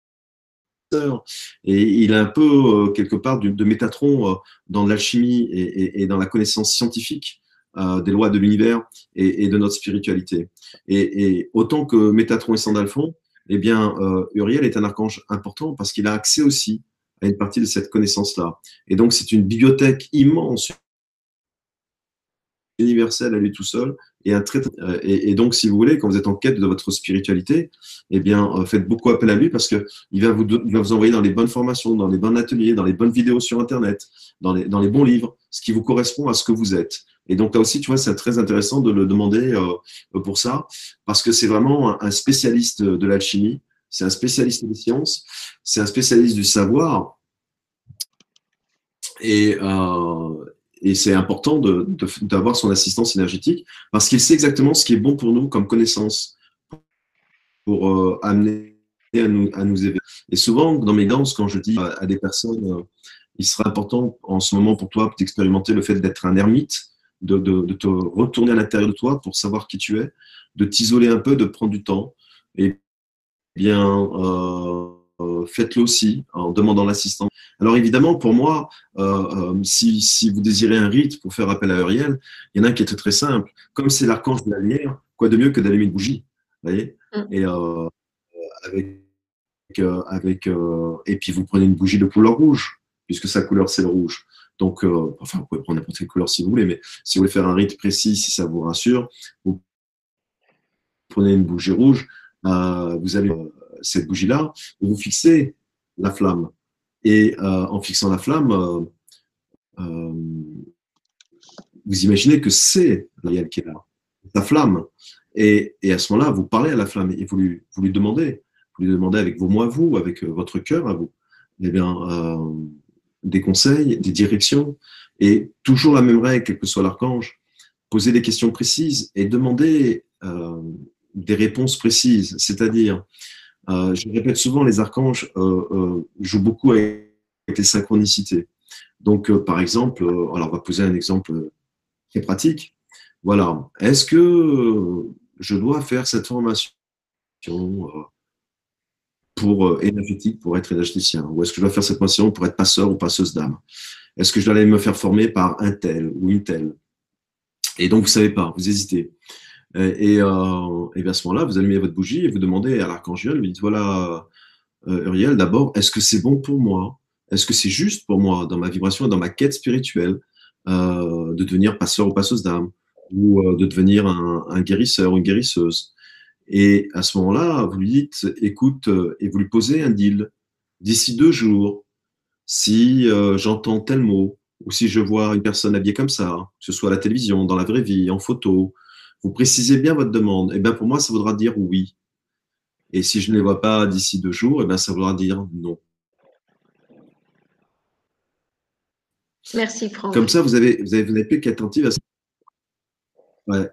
Et il a un peu, euh, quelque part, de, de Métatron euh, dans l'alchimie et, et, et dans la connaissance scientifique euh, des lois de l'univers et, et de notre spiritualité. Et, et autant que Métatron et Sandalphon, eh bien, euh, Uriel est un archange important parce qu'il a accès aussi à une partie de cette connaissance-là. Et donc, c'est une bibliothèque immense, universelle à lui tout seul. Et, un très, et, et donc, si vous voulez, quand vous êtes en quête de votre spiritualité, eh bien, euh, faites beaucoup appel à lui parce qu'il va, vous, il va vous envoyer dans les bonnes formations, dans les bons ateliers, dans les bonnes vidéos sur Internet, dans les, dans les bons livres, ce qui vous correspond à ce que vous êtes. Et donc là aussi, tu vois, c'est très intéressant de le demander euh, pour ça, parce que c'est vraiment un spécialiste de l'alchimie, c'est un spécialiste des sciences, c'est un spécialiste du savoir, et, euh, et c'est important de, de, d'avoir son assistance énergétique, parce qu'il sait exactement ce qui est bon pour nous comme connaissance, pour euh, amener à nous, à nous éveiller. Et souvent, dans mes danses, quand je dis à, à des personnes, euh, il sera important en ce moment pour toi d'expérimenter le fait d'être un ermite, de, de, de te retourner à l'intérieur de toi pour savoir qui tu es, de t'isoler un peu, de prendre du temps. Et bien, euh, euh, faites-le aussi en demandant l'assistance. Alors évidemment, pour moi, euh, euh, si, si vous désirez un rite pour faire appel à Uriel, il y en a un qui est très simple. Comme c'est l'archange de la lumière, quoi de mieux que d'allumer une bougie, vous voyez. Mm. Et euh, avec, euh, avec euh, et puis vous prenez une bougie de couleur rouge, puisque sa couleur c'est le rouge. Donc, euh, enfin, vous pouvez prendre n'importe quelle couleur si vous voulez, mais si vous voulez faire un rite précis, si ça vous rassure, vous prenez une bougie rouge, euh, vous avez euh, cette bougie-là, vous fixez la flamme. Et euh, en fixant la flamme, euh, euh, vous imaginez que c'est Uriel qui est là, la flamme. Et, et à ce moment-là, vous parlez à la flamme et vous lui, vous lui demandez, vous lui demandez avec vos mots à vous, avec votre cœur à vous, eh bien, euh, des conseils, des directions, et toujours la même règle, quel que soit l'archange, poser des questions précises et demander euh, des réponses précises. C'est-à-dire, euh, je répète souvent, les archanges euh, euh, jouent beaucoup avec, avec les synchronicités. Donc, euh, par exemple, euh, alors on va poser un exemple très pratique. Voilà, est-ce que euh, je dois faire cette formation euh, pour euh, énergétique pour être énergéticien, ou est-ce que je dois faire cette formation pour être passeur ou passeuse d'âme? Est-ce que je dois aller me faire former par un tel ou une telle? Et donc, vous ne savez pas, vous hésitez. Et, et, euh, et bien à ce moment-là, vous allumez votre bougie et vous demandez à l'archange Uriel, vous dites, voilà, euh, Uriel, d'abord, est-ce que c'est bon pour moi? Est-ce que c'est juste pour moi, dans ma vibration et dans ma quête spirituelle, euh, de devenir passeur ou passeuse d'âme, ou euh, de devenir un, un guérisseur ou une guérisseuse? Et à ce moment-là, vous lui dites, écoute, euh, et vous lui posez un deal. D'ici deux jours, si euh, j'entends tel mot, ou si je vois une personne habillée comme ça, que ce soit à la télévision, dans la vraie vie, en photo, vous précisez bien votre demande. Et bien pour moi, ça voudra dire oui. Et si je ne les vois pas d'ici deux jours, et bien ça voudra dire non. Merci, Franck. Comme ça, vous avez, vous avez, vous n'avez plus qu'être attentive à ça. Ouais.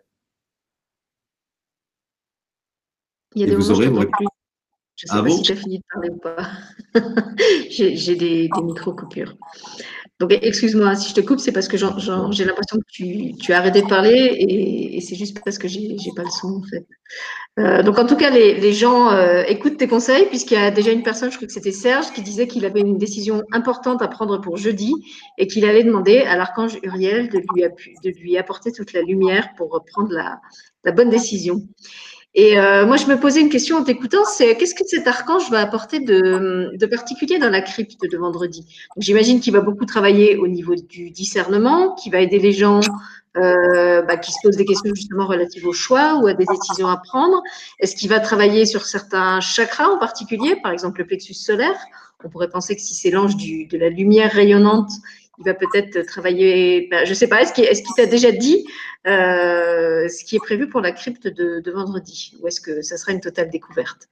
Il y a Et des vous moments, je aurez, vous t'entends aurez plus. Je ne sais Ah pas bon? si tu as fini de parler ou pas. J'ai j'ai des, des micro-coupures. Donc, excuse-moi, si je te coupe, c'est parce que j'en- j'en- j'ai l'impression que tu, tu as arrêté de parler et, et c'est juste parce que j'ai j'ai pas le son, en fait. Euh, donc, en tout cas, les, les gens euh, écoutent tes conseils, puisqu'il y a déjà une personne, je crois que c'était Serge, qui disait qu'il avait une décision importante à prendre pour jeudi et qu'il allait demander à l'archange Uriel de lui, appu- de lui apporter toute la lumière pour prendre la, la bonne décision. Et euh, moi, je me posais une question en t'écoutant, c'est qu'est-ce que cet archange va apporter de, de particulier dans la crypte de vendredi? Donc, j'imagine qu'il va beaucoup travailler au niveau du discernement, qu'il va aider les gens euh, bah, qui se posent des questions justement relatives au choix ou à des décisions à prendre. Est-ce qu'il va travailler sur certains chakras en particulier, par exemple le plexus solaire? On pourrait penser que si c'est l'ange du- de la lumière rayonnante, il va peut-être travailler, ben, je ne sais pas, est-ce qu'il est-ce qu'il t'a déjà dit euh, ce qui est prévu pour la crypte de, de vendredi? Ou est-ce que ça sera une totale découverte?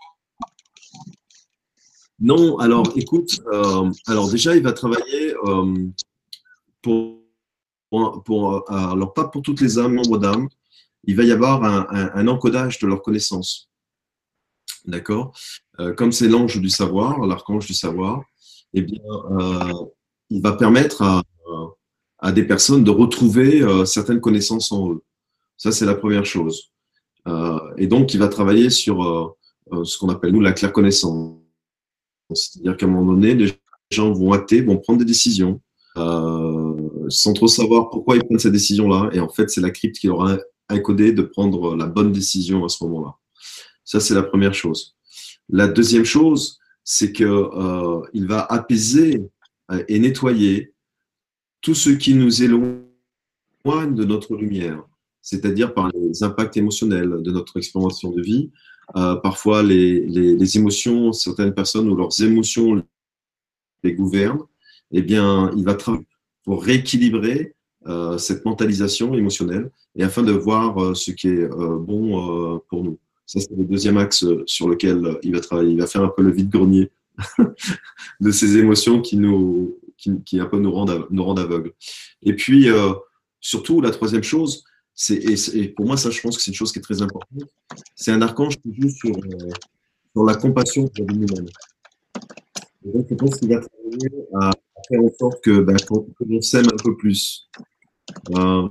Non, alors écoute, euh, alors déjà, il va travailler euh, pour, pour, pour, euh, alors pas pour toutes les âmes, membres d'âmes, il va y avoir un, un, un encodage de leurs connaissances. D'accord? Euh, comme c'est l'ange du savoir, l'archange du savoir, eh bien, euh, il va permettre à, à des personnes de retrouver euh, certaines connaissances en eux. Ça, c'est la première chose. Euh, et donc, il va travailler sur euh, euh, ce qu'on appelle, nous, la claire connaissance. C'est-à-dire qu'à un moment donné, les gens vont acter, vont prendre des décisions euh, sans trop savoir pourquoi ils prennent cette décision-là. Et en fait, c'est la crypte qui leur a encodé de prendre la bonne décision à ce moment-là. Ça, c'est la première chose. La deuxième chose, c'est qu'il euh, va apaiser euh, et nettoyer tout ce qui nous éloigne de notre lumière, c'est-à-dire par les impacts émotionnels de notre expérimentation de vie. Euh, parfois, les, les, les émotions, certaines personnes ou leurs émotions les gouvernent, eh bien, il va travailler pour rééquilibrer euh, cette mentalisation émotionnelle et afin de voir euh, ce qui est euh, bon euh, pour nous. Ça, c'est le deuxième axe sur lequel il va travailler. Il va faire un peu le vide-grenier de ces émotions qui nous, qui, qui un peu nous rendent, nous rendent aveugles. Et puis, euh, surtout, la troisième chose, c'est, et, et pour moi, ça, je pense que c'est une chose qui est très importante, c'est un archange qui joue sur, euh, sur la compassion pour nous-mêmes. Et donc, je pense qu'il va travailler à, à faire en sorte que, ben, qu'on, qu'on s'aime un peu plus. Euh,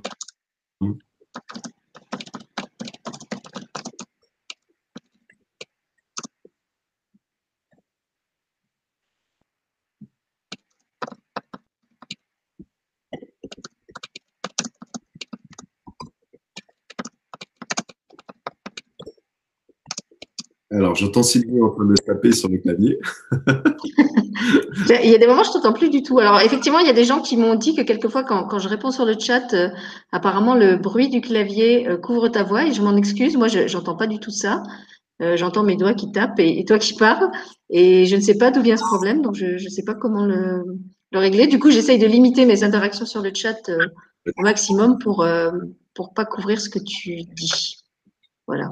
Alors, j'entends Sylvie en train de taper sur le clavier. Il y a des moments, je t'entends plus du tout. Alors, effectivement, il y a des gens qui m'ont dit que quelquefois, quand, quand je réponds sur le chat, euh, apparemment, le bruit du clavier euh, couvre ta voix et je m'en excuse. Moi, je j'entends pas du tout ça. Euh, j'entends mes doigts qui tapent et, et toi qui parles. Et je ne sais pas d'où vient ce problème, donc je ne sais pas comment le, le régler. Du coup, j'essaye de limiter mes interactions sur le chat euh, au maximum pour euh, pour pas couvrir ce que tu dis. Voilà.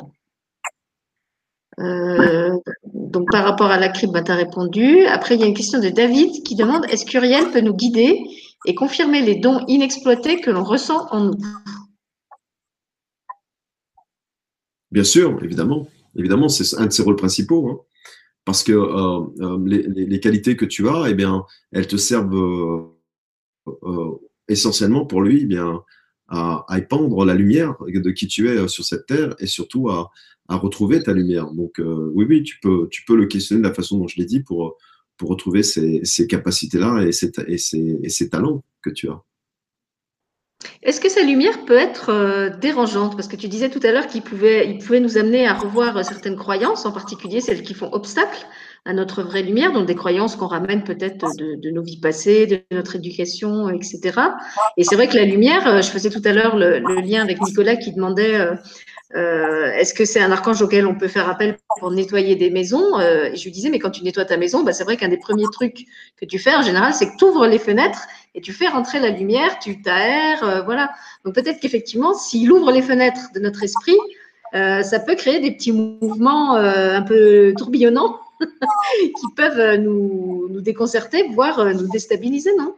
Euh, donc, par rapport à la crypte, bah, tu as répondu. Après, il y a une question de David qui demande est-ce qu'Uriel peut nous guider et confirmer les dons inexploités que l'on ressent en nous? Bien sûr, évidemment. Évidemment, c'est un de ses rôles principaux. Hein, parce que euh, euh, les, les, les qualités que tu as, eh bien, elles te servent euh, euh, essentiellement pour lui, eh bien, à, à épandre la lumière de qui tu es sur cette terre et surtout à, à retrouver ta lumière. Donc, euh, oui, oui, tu peux, tu peux le questionner de la façon dont je l'ai dit pour, pour retrouver ces, ces capacités-là et ces, et, ces, et ces talents que tu as. Est-ce que sa lumière peut être euh, dérangeante? Parce que tu disais tout à l'heure qu'il pouvait, il pouvait nous amener à revoir certaines croyances, en particulier celles qui font obstacle à notre vraie lumière, donc des croyances qu'on ramène peut-être de, de nos vies passées, de notre éducation, et cetera. Et c'est vrai que la lumière, euh, je faisais tout à l'heure le, le lien avec Nicolas qui demandait euh, euh, est-ce que c'est un archange auquel on peut faire appel pour nettoyer des maisons? euh, Et je lui disais, mais quand tu nettoies ta maison, bah, c'est vrai qu'un des premiers trucs que tu fais en général, c'est que tu ouvres les fenêtres et tu fais rentrer la lumière, tu t'aères, euh, voilà. Donc peut-être qu'effectivement, s'il ouvre les fenêtres de notre esprit, euh, ça peut créer des petits mouvements euh, un peu tourbillonnants qui peuvent nous, nous déconcerter, voire euh, nous déstabiliser, non?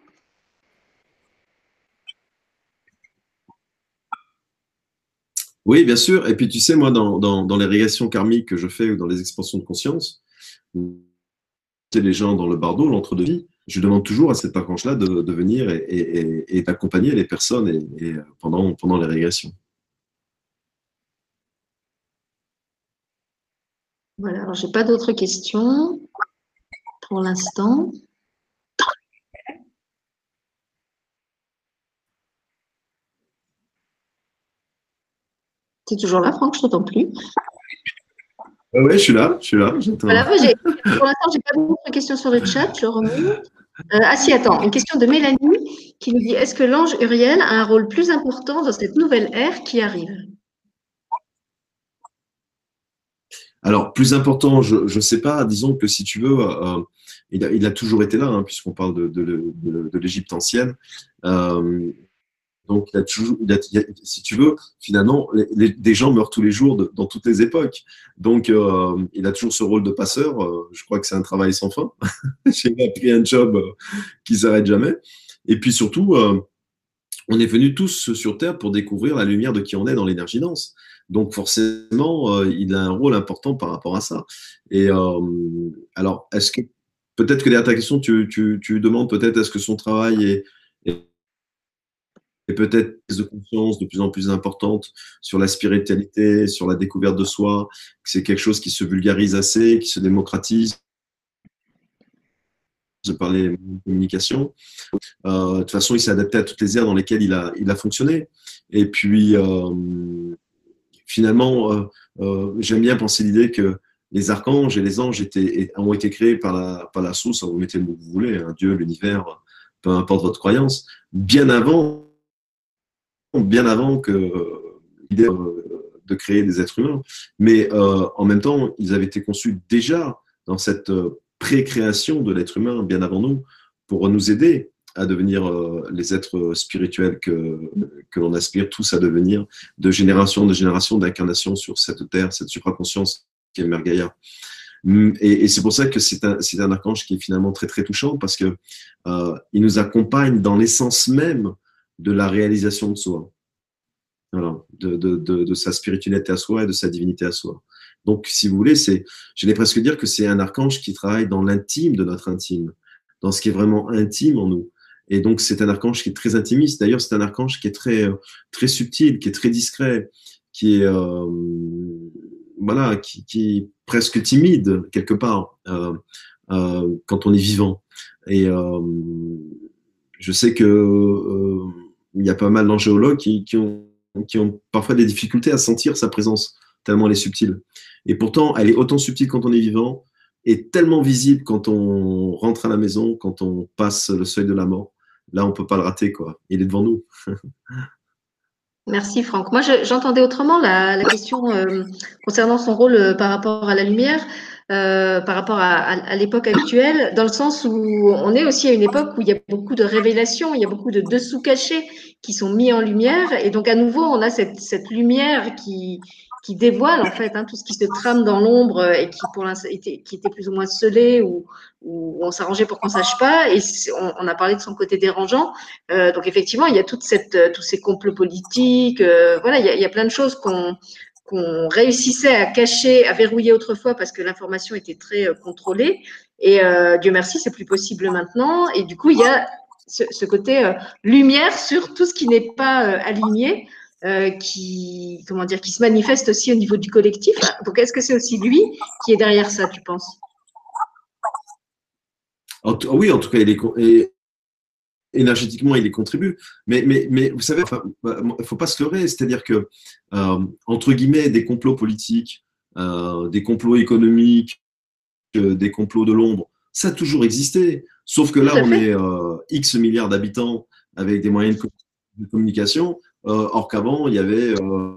Oui, bien sûr. Et puis, tu sais, moi, dans, dans, dans les régressions karmiques que je fais ou dans les expansions de conscience, les gens dans le bardo, l'entre-deux-vie, je demande toujours à cet archange-là de, de venir et, et, et d'accompagner les personnes et, et pendant, pendant les régressions. Voilà, alors j'ai pas d'autres questions pour l'instant. Tu es toujours là, Franck? Je t'entends plus. Oui, je suis là, je suis là, j'entends. Voilà, moi, j'ai- pour l'instant, j'ai pas d'autres questions sur le chat. Je remonte. Euh, ah si, attends, une question de Mélanie qui nous dit est-ce que l'ange Uriel a un rôle plus important dans cette nouvelle ère qui arrive? Alors, plus important, je ne sais pas, disons que si tu veux, euh, il, a, il, a, toujours été là, hein, puisqu'on parle de, de, de, de l'Égypte ancienne. Euh, donc, il a toujours, il a, il a, si tu veux, finalement, les, les, des gens meurent tous les jours de, dans toutes les époques. Donc, euh, il a toujours ce rôle de passeur. Euh, je crois que c'est un travail sans fin. J'ai appris un job euh, qui s'arrête jamais. Et puis surtout, euh, on est venus tous sur Terre pour découvrir la lumière de qui on est dans l'énergie dense. Donc forcément, euh, il a un rôle important par rapport à ça. Et euh, alors, est-ce que peut-être que derrière ta question, tu, tu, tu demandes peut-être est-ce que son travail est, est, est peut-être de conscience de plus en plus importante sur la spiritualité, sur la découverte de soi, que c'est quelque chose qui se vulgarise assez, qui se démocratise par les communications. Euh, de toute façon, il s'est adapté à toutes les aires dans lesquelles il a, il a fonctionné. Et puis, euh, finalement, euh, euh, j'aime bien penser l'idée que les archanges et les anges étaient, ont été créés par la, par la source, vous mettez le mot que vous voulez, hein, Dieu, l'univers, peu importe votre croyance, bien avant, bien avant que euh, l'idée de créer des êtres humains. Mais euh, en même temps, ils avaient été conçus déjà dans cette pré-création de l'être humain, bien avant nous, pour nous aider à devenir euh, les êtres spirituels que, que l'on aspire tous à devenir, de génération en génération, d'incarnation sur cette terre, cette supraconscience qui est Mère Gaïa. Et, et c'est pour ça que c'est un, c'est un archange qui est finalement très très touchant, parce que euh, il nous accompagne dans l'essence même de la réalisation de soi, voilà, de, de, de, de sa spiritualité à soi et de sa divinité à soi. Donc, si vous voulez, c'est, j'allais presque dire que c'est un archange qui travaille dans l'intime de notre intime, dans ce qui est vraiment intime en nous. Et donc, c'est un archange qui est très intimiste. D'ailleurs, c'est un archange qui est très, très subtil, qui est très discret, qui est, euh, voilà, qui, qui est presque timide quelque part euh, euh, quand on est vivant. Et euh, je sais que euh, il y a pas mal d'angéologues qui, qui, ont, qui ont parfois des difficultés à sentir sa présence, tellement elle est subtile. Et pourtant, elle est autant subtile quand on est vivant et tellement visible quand on rentre à la maison, quand on passe le seuil de la mort. Là, on peut pas le rater, quoi. Il est devant nous. Merci Franck. Moi, je, j'entendais autrement la, la question euh, concernant son rôle euh, par rapport à la lumière, euh, par rapport à, à, à l'époque actuelle, dans le sens où on est aussi à une époque où il y a beaucoup de révélations, il y a beaucoup de dessous cachés qui sont mis en lumière, et donc à nouveau, on a cette, cette lumière qui, qui dévoile en fait hein, tout ce qui se trame dans l'ombre et qui pour l'instant était, qui était plus ou moins scellé ou, ou on s'arrangeait pour qu'on sache pas. Et on, on a parlé de son côté dérangeant. Euh, donc effectivement, il y a toute cette, tous ces complots politiques. Euh, voilà, il y, a, il y a plein de choses qu'on qu'on réussissait à cacher, à verrouiller autrefois parce que l'information était très euh, contrôlée. Et euh, Dieu merci, c'est plus possible maintenant. Et du coup, il y a ce, ce côté euh, lumière sur tout ce qui n'est pas euh, aligné. Euh, qui, comment dire, qui se manifeste aussi au niveau du collectif. Donc, est-ce que c'est aussi lui qui est derrière ça, tu penses? En t- Oui, en tout cas, il est, et, énergétiquement, il y contribue. Mais, mais, mais vous savez, il ne faut pas se leurrer. C'est-à-dire que, euh, entre guillemets, des complots politiques, euh, des complots économiques, euh, des complots de l'ombre, ça a toujours existé. Sauf que là, on est euh, X milliards d'habitants avec des moyens de communication. Euh, or qu'avant, il y avait euh,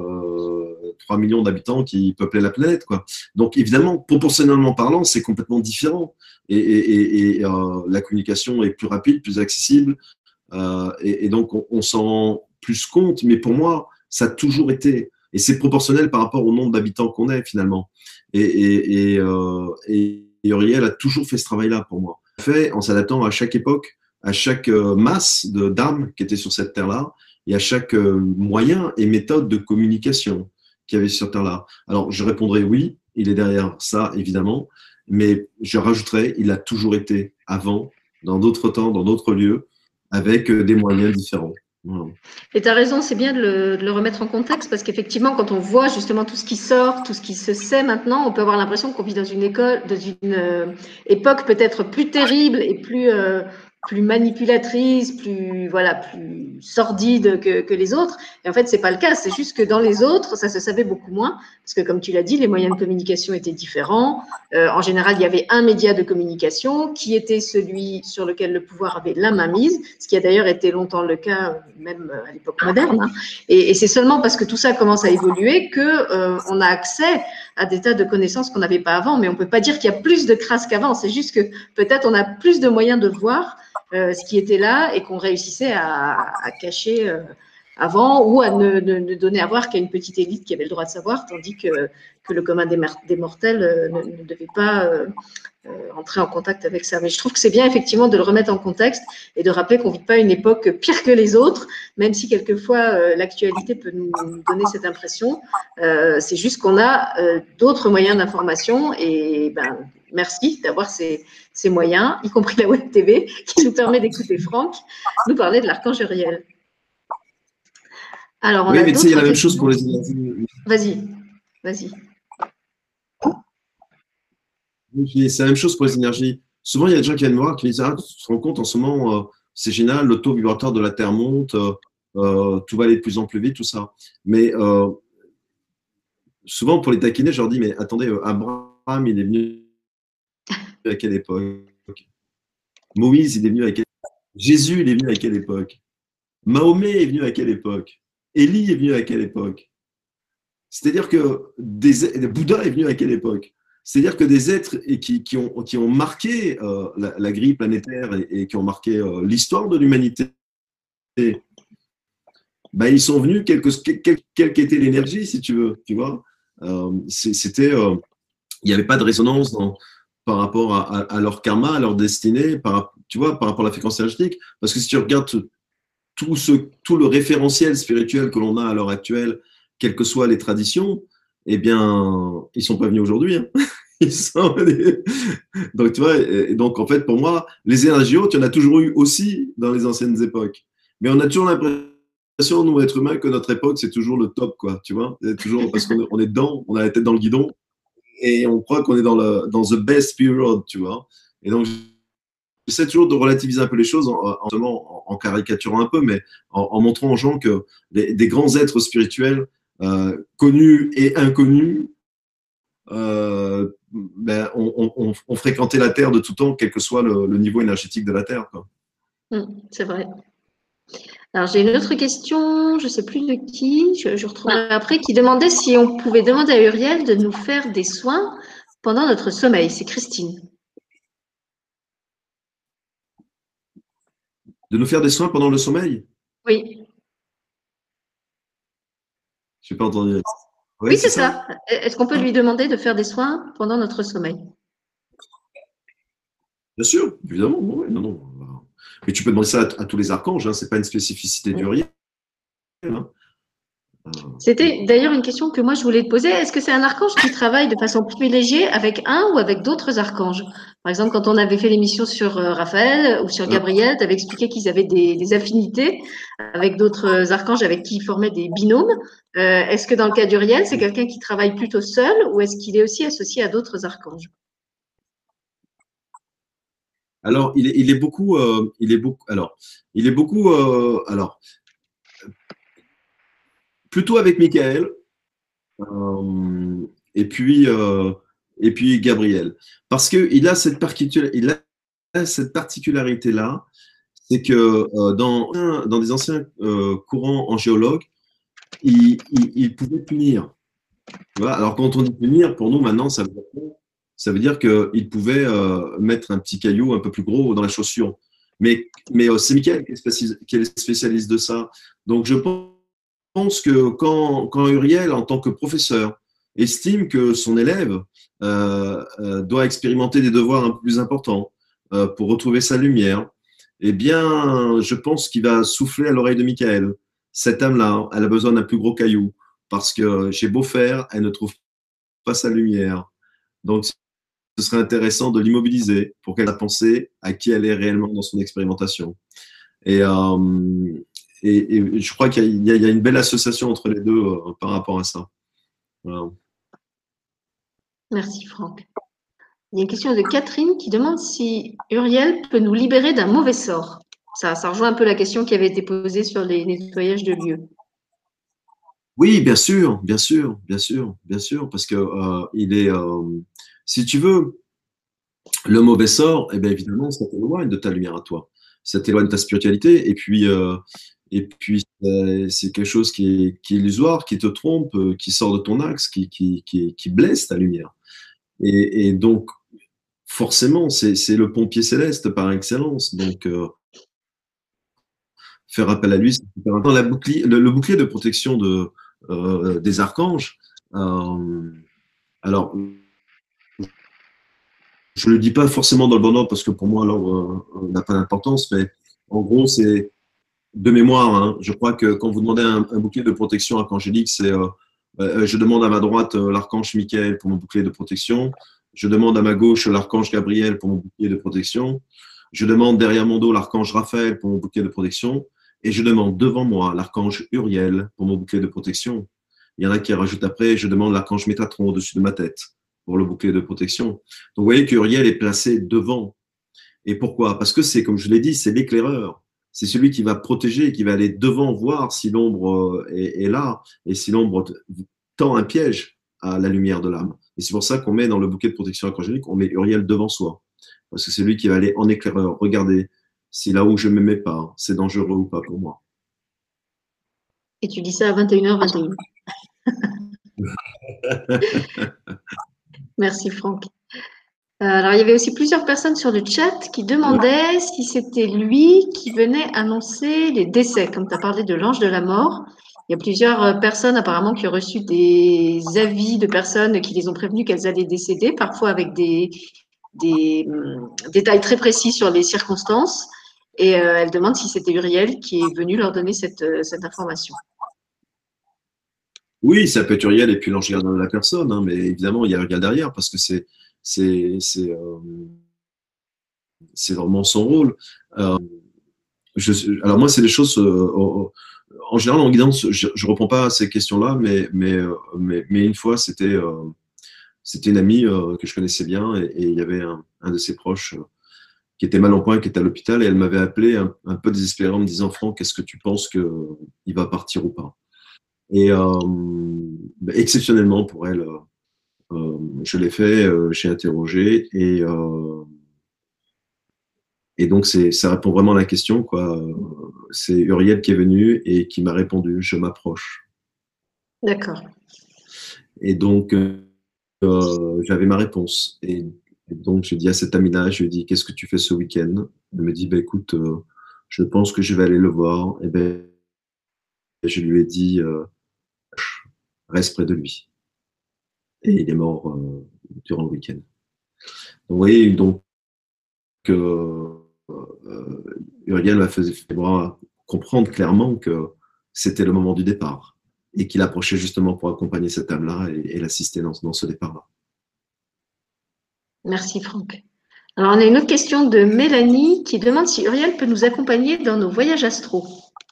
euh, trois millions d'habitants qui peuplaient la planète, quoi. Donc, évidemment, proportionnellement parlant, c'est complètement différent. Et, et, et, et euh, la communication est plus rapide, plus accessible. Euh, et, et donc, on, on s'en rend plus compte. Mais pour moi, ça a toujours été. Et c'est proportionnel par rapport au nombre d'habitants qu'on est, finalement. Et, et, et, euh, et, et Uriel a toujours fait ce travail-là pour moi. Fait en s'adaptant à chaque époque, à chaque euh, masse de d'âmes qui était sur cette terre-là, et à chaque euh, moyen et méthode de communication qu'il y avait sur cette terre-là. Alors, je répondrai oui, il est derrière ça, évidemment, mais je rajouterai, il a toujours été avant, dans d'autres temps, dans d'autres lieux, avec euh, des moyens différents. Voilà. Et tu as raison, c'est bien de le, de le remettre en contexte parce qu'effectivement, quand on voit justement tout ce qui sort, tout ce qui se sait maintenant, on peut avoir l'impression qu'on vit dans une école, dans une euh, époque peut-être plus terrible et plus euh, plus manipulatrice, plus voilà, plus sordide que, que les autres. Et en fait, c'est pas le cas. C'est juste que dans les autres, ça se savait beaucoup moins parce que, comme tu l'as dit, les moyens de communication étaient différents. Euh, en général, il y avait un média de communication qui était celui sur lequel le pouvoir avait la main mise, ce qui a d'ailleurs été longtemps le cas, même à l'époque moderne. Hein. Et, et c'est seulement parce que tout ça commence à évoluer que euh, on a accès à des tas de connaissances qu'on n'avait pas avant. Mais on peut pas dire qu'il y a plus de crasse qu'avant. C'est juste que peut-être on a plus de moyens de voir Euh, ce qui était là et qu'on réussissait à, à cacher euh, avant ou à ne, ne, ne donner à voir qu'à une petite élite qui avait le droit de savoir, tandis que, que le commun des, des mortels euh, ne, ne devait pas euh, euh, entrer en contact avec ça. Mais je trouve que c'est bien effectivement de le remettre en contexte et de rappeler qu'on ne vit pas une époque pire que les autres, même si quelquefois euh, l'actualité peut nous donner cette impression. Euh, c'est juste qu'on a euh, d'autres moyens d'information et ben, merci d'avoir ces, ces moyens, y compris la Web T V, qui nous permet d'écouter Franck nous parler de l'archange Uriel. Alors, on oui, a mais tu sais, il y a la même questions. chose pour les énergies. Vas-y, vas-y. C'est la même chose pour les énergies. Souvent, il y a des gens qui viennent me voir qui me disent ah, tu te rends compte, en ce moment, euh, c'est génial, le taux vibratoire de la Terre monte, euh, euh, tout va aller de plus en plus vite, tout ça. Mais euh, souvent, pour les taquiner, je leur dis mais attendez, euh, Abraham, il est venu à quelle époque? Moïse, il est venu à quelle époque? Jésus, il est venu à quelle époque? Mahomet est venu à quelle époque? Élie est venu à quelle époque? C'est-à-dire que des, Bouddha est venu à quelle époque? C'est-à-dire que des êtres qui, qui, ont, qui ont marqué euh, la, la grille planétaire et, et qui ont marqué euh, l'histoire de l'humanité, ben, ils sont venus, quelle quelle, quelle qu'était l'énergie, si tu veux, tu vois. Euh, C'était, euh, il n'y avait pas de résonance dans, par rapport à, à, à leur karma, à leur destinée, par, tu vois, par rapport à la fréquence énergétique. Parce que si tu regardes tout, ce, tout le référentiel spirituel que l'on a à l'heure actuelle, quelles que soient les traditions, eh bien, ils ne sont pas venus aujourd'hui. Hein. Ils sont... Donc, tu vois, et donc, en fait, pour moi, les énergies hautes, il y en a toujours eu aussi dans les anciennes époques. Mais on a toujours l'impression, nous, êtres humains, que notre époque, c'est toujours le top, quoi, tu vois. Toujours parce qu'on est, on est dedans, on a la tête dans le guidon, et on croit qu'on est dans, le, dans the best period, tu vois. Et donc, j'essaie toujours de relativiser un peu les choses en, en, en, en caricaturant un peu, mais en, en montrant aux gens que les, des grands êtres spirituels, euh, connus et inconnus, euh, ben, on, on, on fréquentait la Terre de tout temps, quel que soit le, le niveau énergétique de la Terre. Mmh, c'est vrai. Alors, j'ai une autre question, je ne sais plus de qui, je, je retrouverai après, qui demandait si on pouvait demander à Uriel de nous faire des soins pendant notre sommeil. C'est Christine. De nous faire des soins pendant le sommeil? Oui. Je n'ai pas entendu. Oui, oui c'est ça. ça. Est-ce qu'on peut lui demander de faire des soins pendant notre sommeil? Bien sûr, évidemment. Oui, non, non. Mais tu peux demander ça à, à tous les archanges, hein, ce n'est pas une spécificité d'Uriel. Hein. C'était d'ailleurs une question que moi je voulais te poser. Est-ce que c'est un archange qui travaille de façon privilégiée avec un ou avec d'autres archanges? Par exemple, quand on avait fait l'émission sur euh, Raphaël ou sur Gabriel, tu avais expliqué qu'ils avaient des, des affinités avec d'autres archanges avec qui ils formaient des binômes. Euh, est-ce que dans le cas d'Uriel, c'est quelqu'un qui travaille plutôt seul ou est-ce qu'il est aussi associé à d'autres archanges? Alors, il est, il est beaucoup, euh, il est beaucoup, alors, il est beaucoup, euh, alors, plutôt avec Michael, euh, et puis, euh, et puis Gabriel, parce que il a cette particularité, il a cette particularité-là, c'est que euh, dans, dans des anciens euh, courants angéologues, il, il, il pouvait punir. Tu vois. Alors, quand on dit punir, pour nous maintenant, ça veut dire, ça veut dire qu'il pouvait euh, mettre un petit caillou un peu plus gros dans la chaussure. Mais, mais euh, c'est Mickaël qui est, spécialiste, qui est spécialiste de ça. Donc, je pense que quand, quand Uriel, en tant que professeur, estime que son élève euh, euh, doit expérimenter des devoirs un peu plus importants euh, pour retrouver sa lumière, eh bien, je pense qu'il va souffler à l'oreille de Mickaël. Cette âme-là, elle a besoin d'un plus gros caillou parce que j'ai beau faire, elle ne trouve pas sa lumière. Donc, ce serait intéressant de l'immobiliser pour qu'elle a pensé à qui elle est réellement dans son expérimentation. Et, euh, et, et je crois qu'il y, y, y, a une belle association entre les deux euh, par rapport à ça. Voilà. Merci Franck. Il y a une question de Catherine qui demande si Uriel peut nous libérer d'un mauvais sort. Ça, ça rejoint un peu la question qui avait été posée sur les nettoyages de lieux. Oui, bien sûr, bien sûr, bien sûr, bien sûr, parce que euh, il est, euh, si tu veux, le mauvais sort, eh bien évidemment, ça t'éloigne de ta lumière à toi, ça t'éloigne de ta spiritualité, et puis, euh, et puis euh, c'est quelque chose qui est, qui est illusoire, qui te trompe, euh, qui sort de ton axe, qui, qui, qui, qui blesse ta lumière. Et, et donc, forcément, c'est le pompier céleste par excellence. Donc, euh, faire appel à lui, c'est super important. La bouclier, le, le, bouclier de protection de, euh, des archanges, euh, alors, je ne le dis pas forcément dans le bon ordre parce que pour moi, l'ordre euh, n'a pas d'importance, mais en gros, c'est de mémoire. Hein, je crois que quand vous demandez un, un bouclier de protection archangélique, c'est euh, euh, je demande à ma droite euh, l'archange Michael pour mon bouclier de protection. Je demande à ma gauche l'archange Gabriel pour mon bouclier de protection. Je demande derrière mon dos l'archange Raphaël pour mon bouclier de protection. Et je demande devant moi l'archange Uriel pour mon bouclier de protection. Il y en a qui rajoutent après, je demande l'archange Métatron au-dessus de ma tête pour le bouclier de protection. Donc vous voyez qu'Uriel est placé devant. Et pourquoi? Parce que c'est, comme je l'ai dit, c'est l'éclaireur. C'est celui qui va protéger, qui va aller devant voir si l'ombre est, est là et si l'ombre tend un piège à la lumière de l'âme. Et c'est pour ça qu'on met dans le bouquet de protection archangélique, on met Uriel devant soi. Parce que c'est lui qui va aller en éclaireur. Regardez, si là où je ne me mets pas, c'est dangereux ou pas pour moi. Et tu dis ça à vingt et une heures vingt et une. Merci Franck. Euh, alors, il y avait aussi plusieurs personnes sur le chat qui demandaient si c'était lui qui venait annoncer les décès. Comme tu as parlé de l'ange de la mort, il y a plusieurs euh, personnes apparemment qui ont reçu des avis de personnes qui les ont prévenues qu'elles allaient décéder, parfois avec des, des hum, détails très précis sur les circonstances. Et euh, elles demandent si c'était Uriel qui est venu leur donner cette, euh, cette information. Oui, ça peut être Uriel et puis l'ange gardien de la personne, hein, mais évidemment, il y a Uriel derrière parce que c'est c'est c'est euh, c'est vraiment son rôle. Euh, je, alors moi, c'est des choses. Euh, en général, en guidance, je, je reprends pas à ces questions-là, mais mais euh, mais mais une fois, c'était euh, c'était une amie euh, que je connaissais bien et, et il y avait un, un de ses proches euh, qui était mal en point, qui était à l'hôpital et elle m'avait appelé un, un peu désespérée en me disant Franck, est-ce que tu penses que il va partir ou pas? Et euh, bah, exceptionnellement pour elle, euh, je l'ai fait, euh, j'ai interrogé et euh, et donc c'est ça répond vraiment à la question quoi. C'est Uriel qui est venu et qui m'a répondu je m'approche. D'accord. Et donc euh, j'avais ma réponse et, et donc j'ai dit à cette amie-là, je lui ai dit qu'est-ce que tu fais ce week-end? Elle me dit bah écoute, euh, je pense que je vais aller le voir. Et ben je lui ai dit euh, reste près de lui. Et il est mort euh, durant le week-end. Donc, vous voyez, donc euh, euh, Uriel m'a fait comprendre clairement que c'était le moment du départ et qu'il approchait justement pour accompagner cette âme-là et, et l'assister dans, dans ce départ-là. Merci Franck. Alors, on a une autre question de Mélanie qui demande si Uriel peut nous accompagner dans nos voyages astro.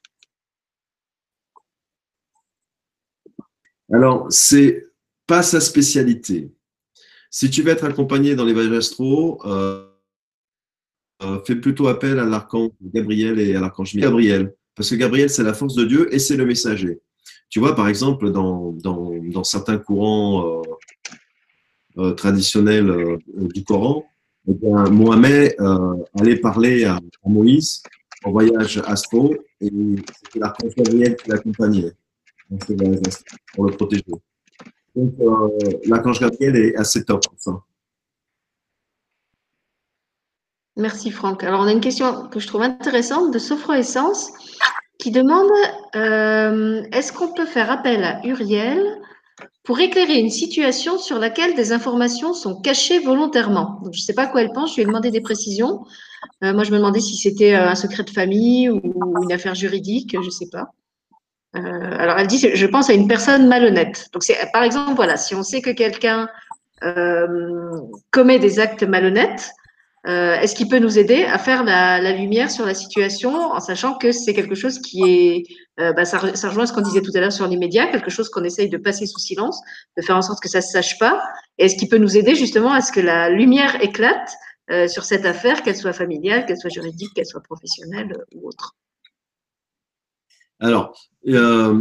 Alors, c'est pas sa spécialité. Si tu veux être accompagné dans les voyages astro, euh, euh, fais plutôt appel à l'archange Gabriel et à l'archange Gabriel. Parce que Gabriel, c'est la force de Dieu et c'est le messager. Tu vois, par exemple, dans, dans, dans certains courants euh, euh, traditionnels euh, du Coran, eh bien, Mohamed euh, allait parler à, à Moïse en voyage astro et c'était l'archange Gabriel qui l'accompagnait dans ce voyage astro pour le protéger. Donc, euh, l'archange Gabriel est assez top pour ça. Merci Franck. Alors, on a une question que je trouve intéressante de Sophro Essence qui demande euh, est-ce qu'on peut faire appel à Uriel pour éclairer une situation sur laquelle des informations sont cachées volontairement? Donc, je ne sais pas à quoi elle pense, je lui ai demandé des précisions. Euh, moi, je me demandais si c'était un secret de famille ou une affaire juridique, je ne sais pas. Euh, alors, elle dit je pense à une personne malhonnête. Donc, c'est par exemple, voilà, si on sait que quelqu'un euh, commet des actes malhonnêtes, euh, est-ce qu'il peut nous aider à faire la, la, lumière sur la situation en sachant que c'est quelque chose qui est, euh, bah, ça, ça rejoint ce qu'on disait tout à l'heure sur les médias, quelque chose qu'on essaye de passer sous silence, de faire en sorte que ça ne se sache pas. Et est-ce qu'il peut nous aider justement à ce que la lumière éclate euh, sur cette affaire, qu'elle soit familiale, qu'elle soit juridique, qu'elle soit professionnelle euh, ou autre? Alors, euh,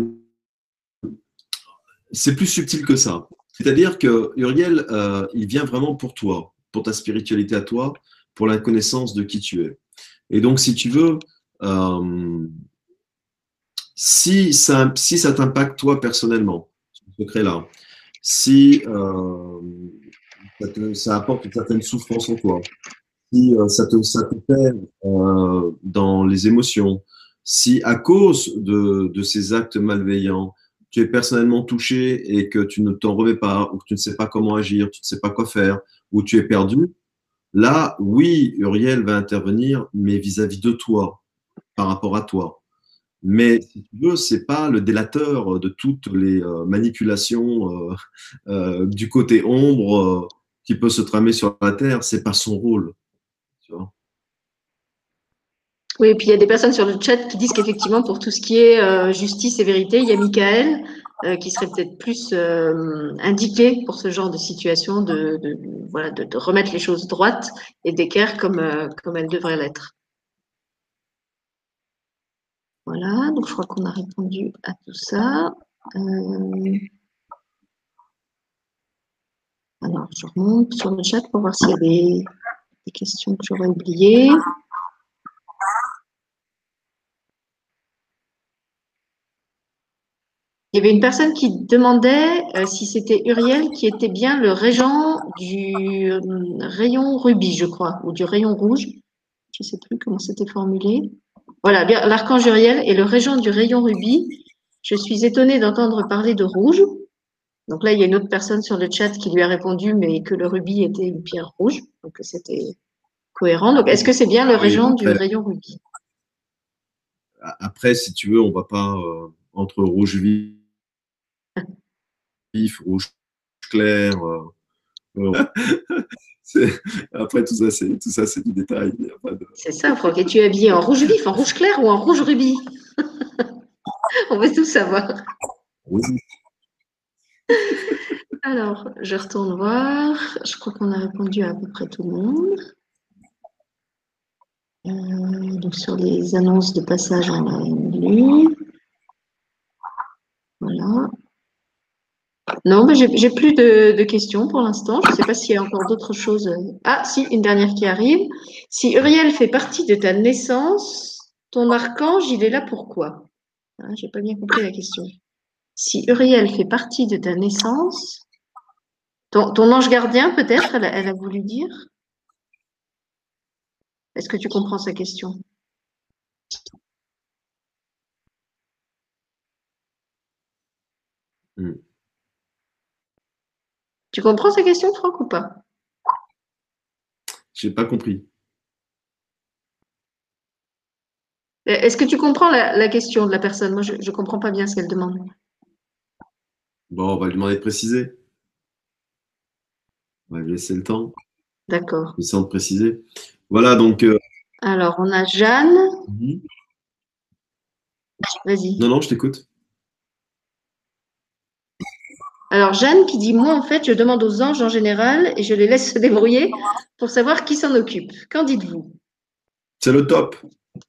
c'est plus subtil que ça. C'est-à-dire que Uriel, euh, il vient vraiment pour toi, pour ta spiritualité à toi, pour la connaissance de qui tu es. Et donc, si tu veux, euh, si ça, si ça t'impacte toi personnellement, ce secret-là, si euh, ça, te, ça, apporte une certaine souffrance en toi, si euh, ça te, ça te perd euh, dans les émotions, si à cause de, de ces actes malveillants, tu es personnellement touché et que tu ne t'en remets pas, ou que tu ne sais pas comment agir, tu ne sais pas quoi faire, ou tu es perdu, là, oui, Uriel va intervenir, mais vis-à-vis de toi, par rapport à toi. Mais si tu veux, c'est pas le délateur de toutes les euh, manipulations euh, euh, du côté ombre euh, qui peut se tramer sur la terre. C'est pas son rôle. Tu vois. Oui, et puis il y a des personnes sur le chat qui disent qu'effectivement, pour tout ce qui est euh, justice et vérité, il y a Michael euh, qui serait peut-être plus euh, indiqué pour ce genre de situation, de, de, voilà, de, de remettre les choses droites et d'équerre comme, euh, comme elles devraient l'être. Voilà, donc je crois qu'on a répondu à tout ça. Euh... Alors, je remonte sur le chat pour voir s'il y a des, des questions que j'aurais oubliées. Il y avait une personne qui demandait euh, si c'était Uriel qui était bien le régent du euh, rayon rubis, je crois, ou du rayon rouge. Je ne sais plus comment c'était formulé. Voilà, bien, l'archange Uriel est le régent du rayon rubis. Je suis étonnée d'entendre parler de rouge. Donc là, il y a une autre personne sur le chat qui lui a répondu, mais que le rubis était une pierre rouge. Donc c'était cohérent. Donc est-ce que c'est bien le Oui, régent du après, rayon rubis? après, si tu veux, on ne va pas euh, entre rouge vif, rouge clair. Euh, euh, c'est- après, tout ça, c'est tout ça, c'est du détail. Il y a pas de... C'est ça, Franck. Es-tu habillé en rouge vif, en rouge clair ou en rouge rubis? On veut tout savoir. Oui. Alors, je retourne voir. Je crois qu'on a répondu à, à peu près tout le monde. Euh, donc, sur les annonces de passage, on a lu. Voilà. Non, mais j'ai j'ai plus de, de questions pour l'instant. Je ne sais pas s'il y a encore d'autres choses. Ah, si, une dernière qui arrive. Si Uriel fait partie de ta naissance, ton archange, il est là pourquoi? Ah, j'ai pas bien compris la question. Si Uriel fait partie de ta naissance, ton, ton ange gardien, peut-être, elle, a- elle a voulu dire? Est-ce que tu comprends sa question? Hmm. Tu comprends sa question, Franck, ou pas? J'ai pas compris. Est-ce que tu comprends la, la question de la personne? Moi, je ne comprends pas bien ce qu'elle demande. Bon, on va lui demander de préciser. On va lui laisser le temps. D'accord. Essayons de préciser. Voilà, donc. Euh, Alors, on a Jeanne. mhm. Vas-y. Non, non, je t'écoute. Alors, Jeanne qui dit, moi, en fait, je demande aux anges en général et je les laisse se débrouiller pour savoir qui s'en occupe. Qu'en dites-vous? C'est le top.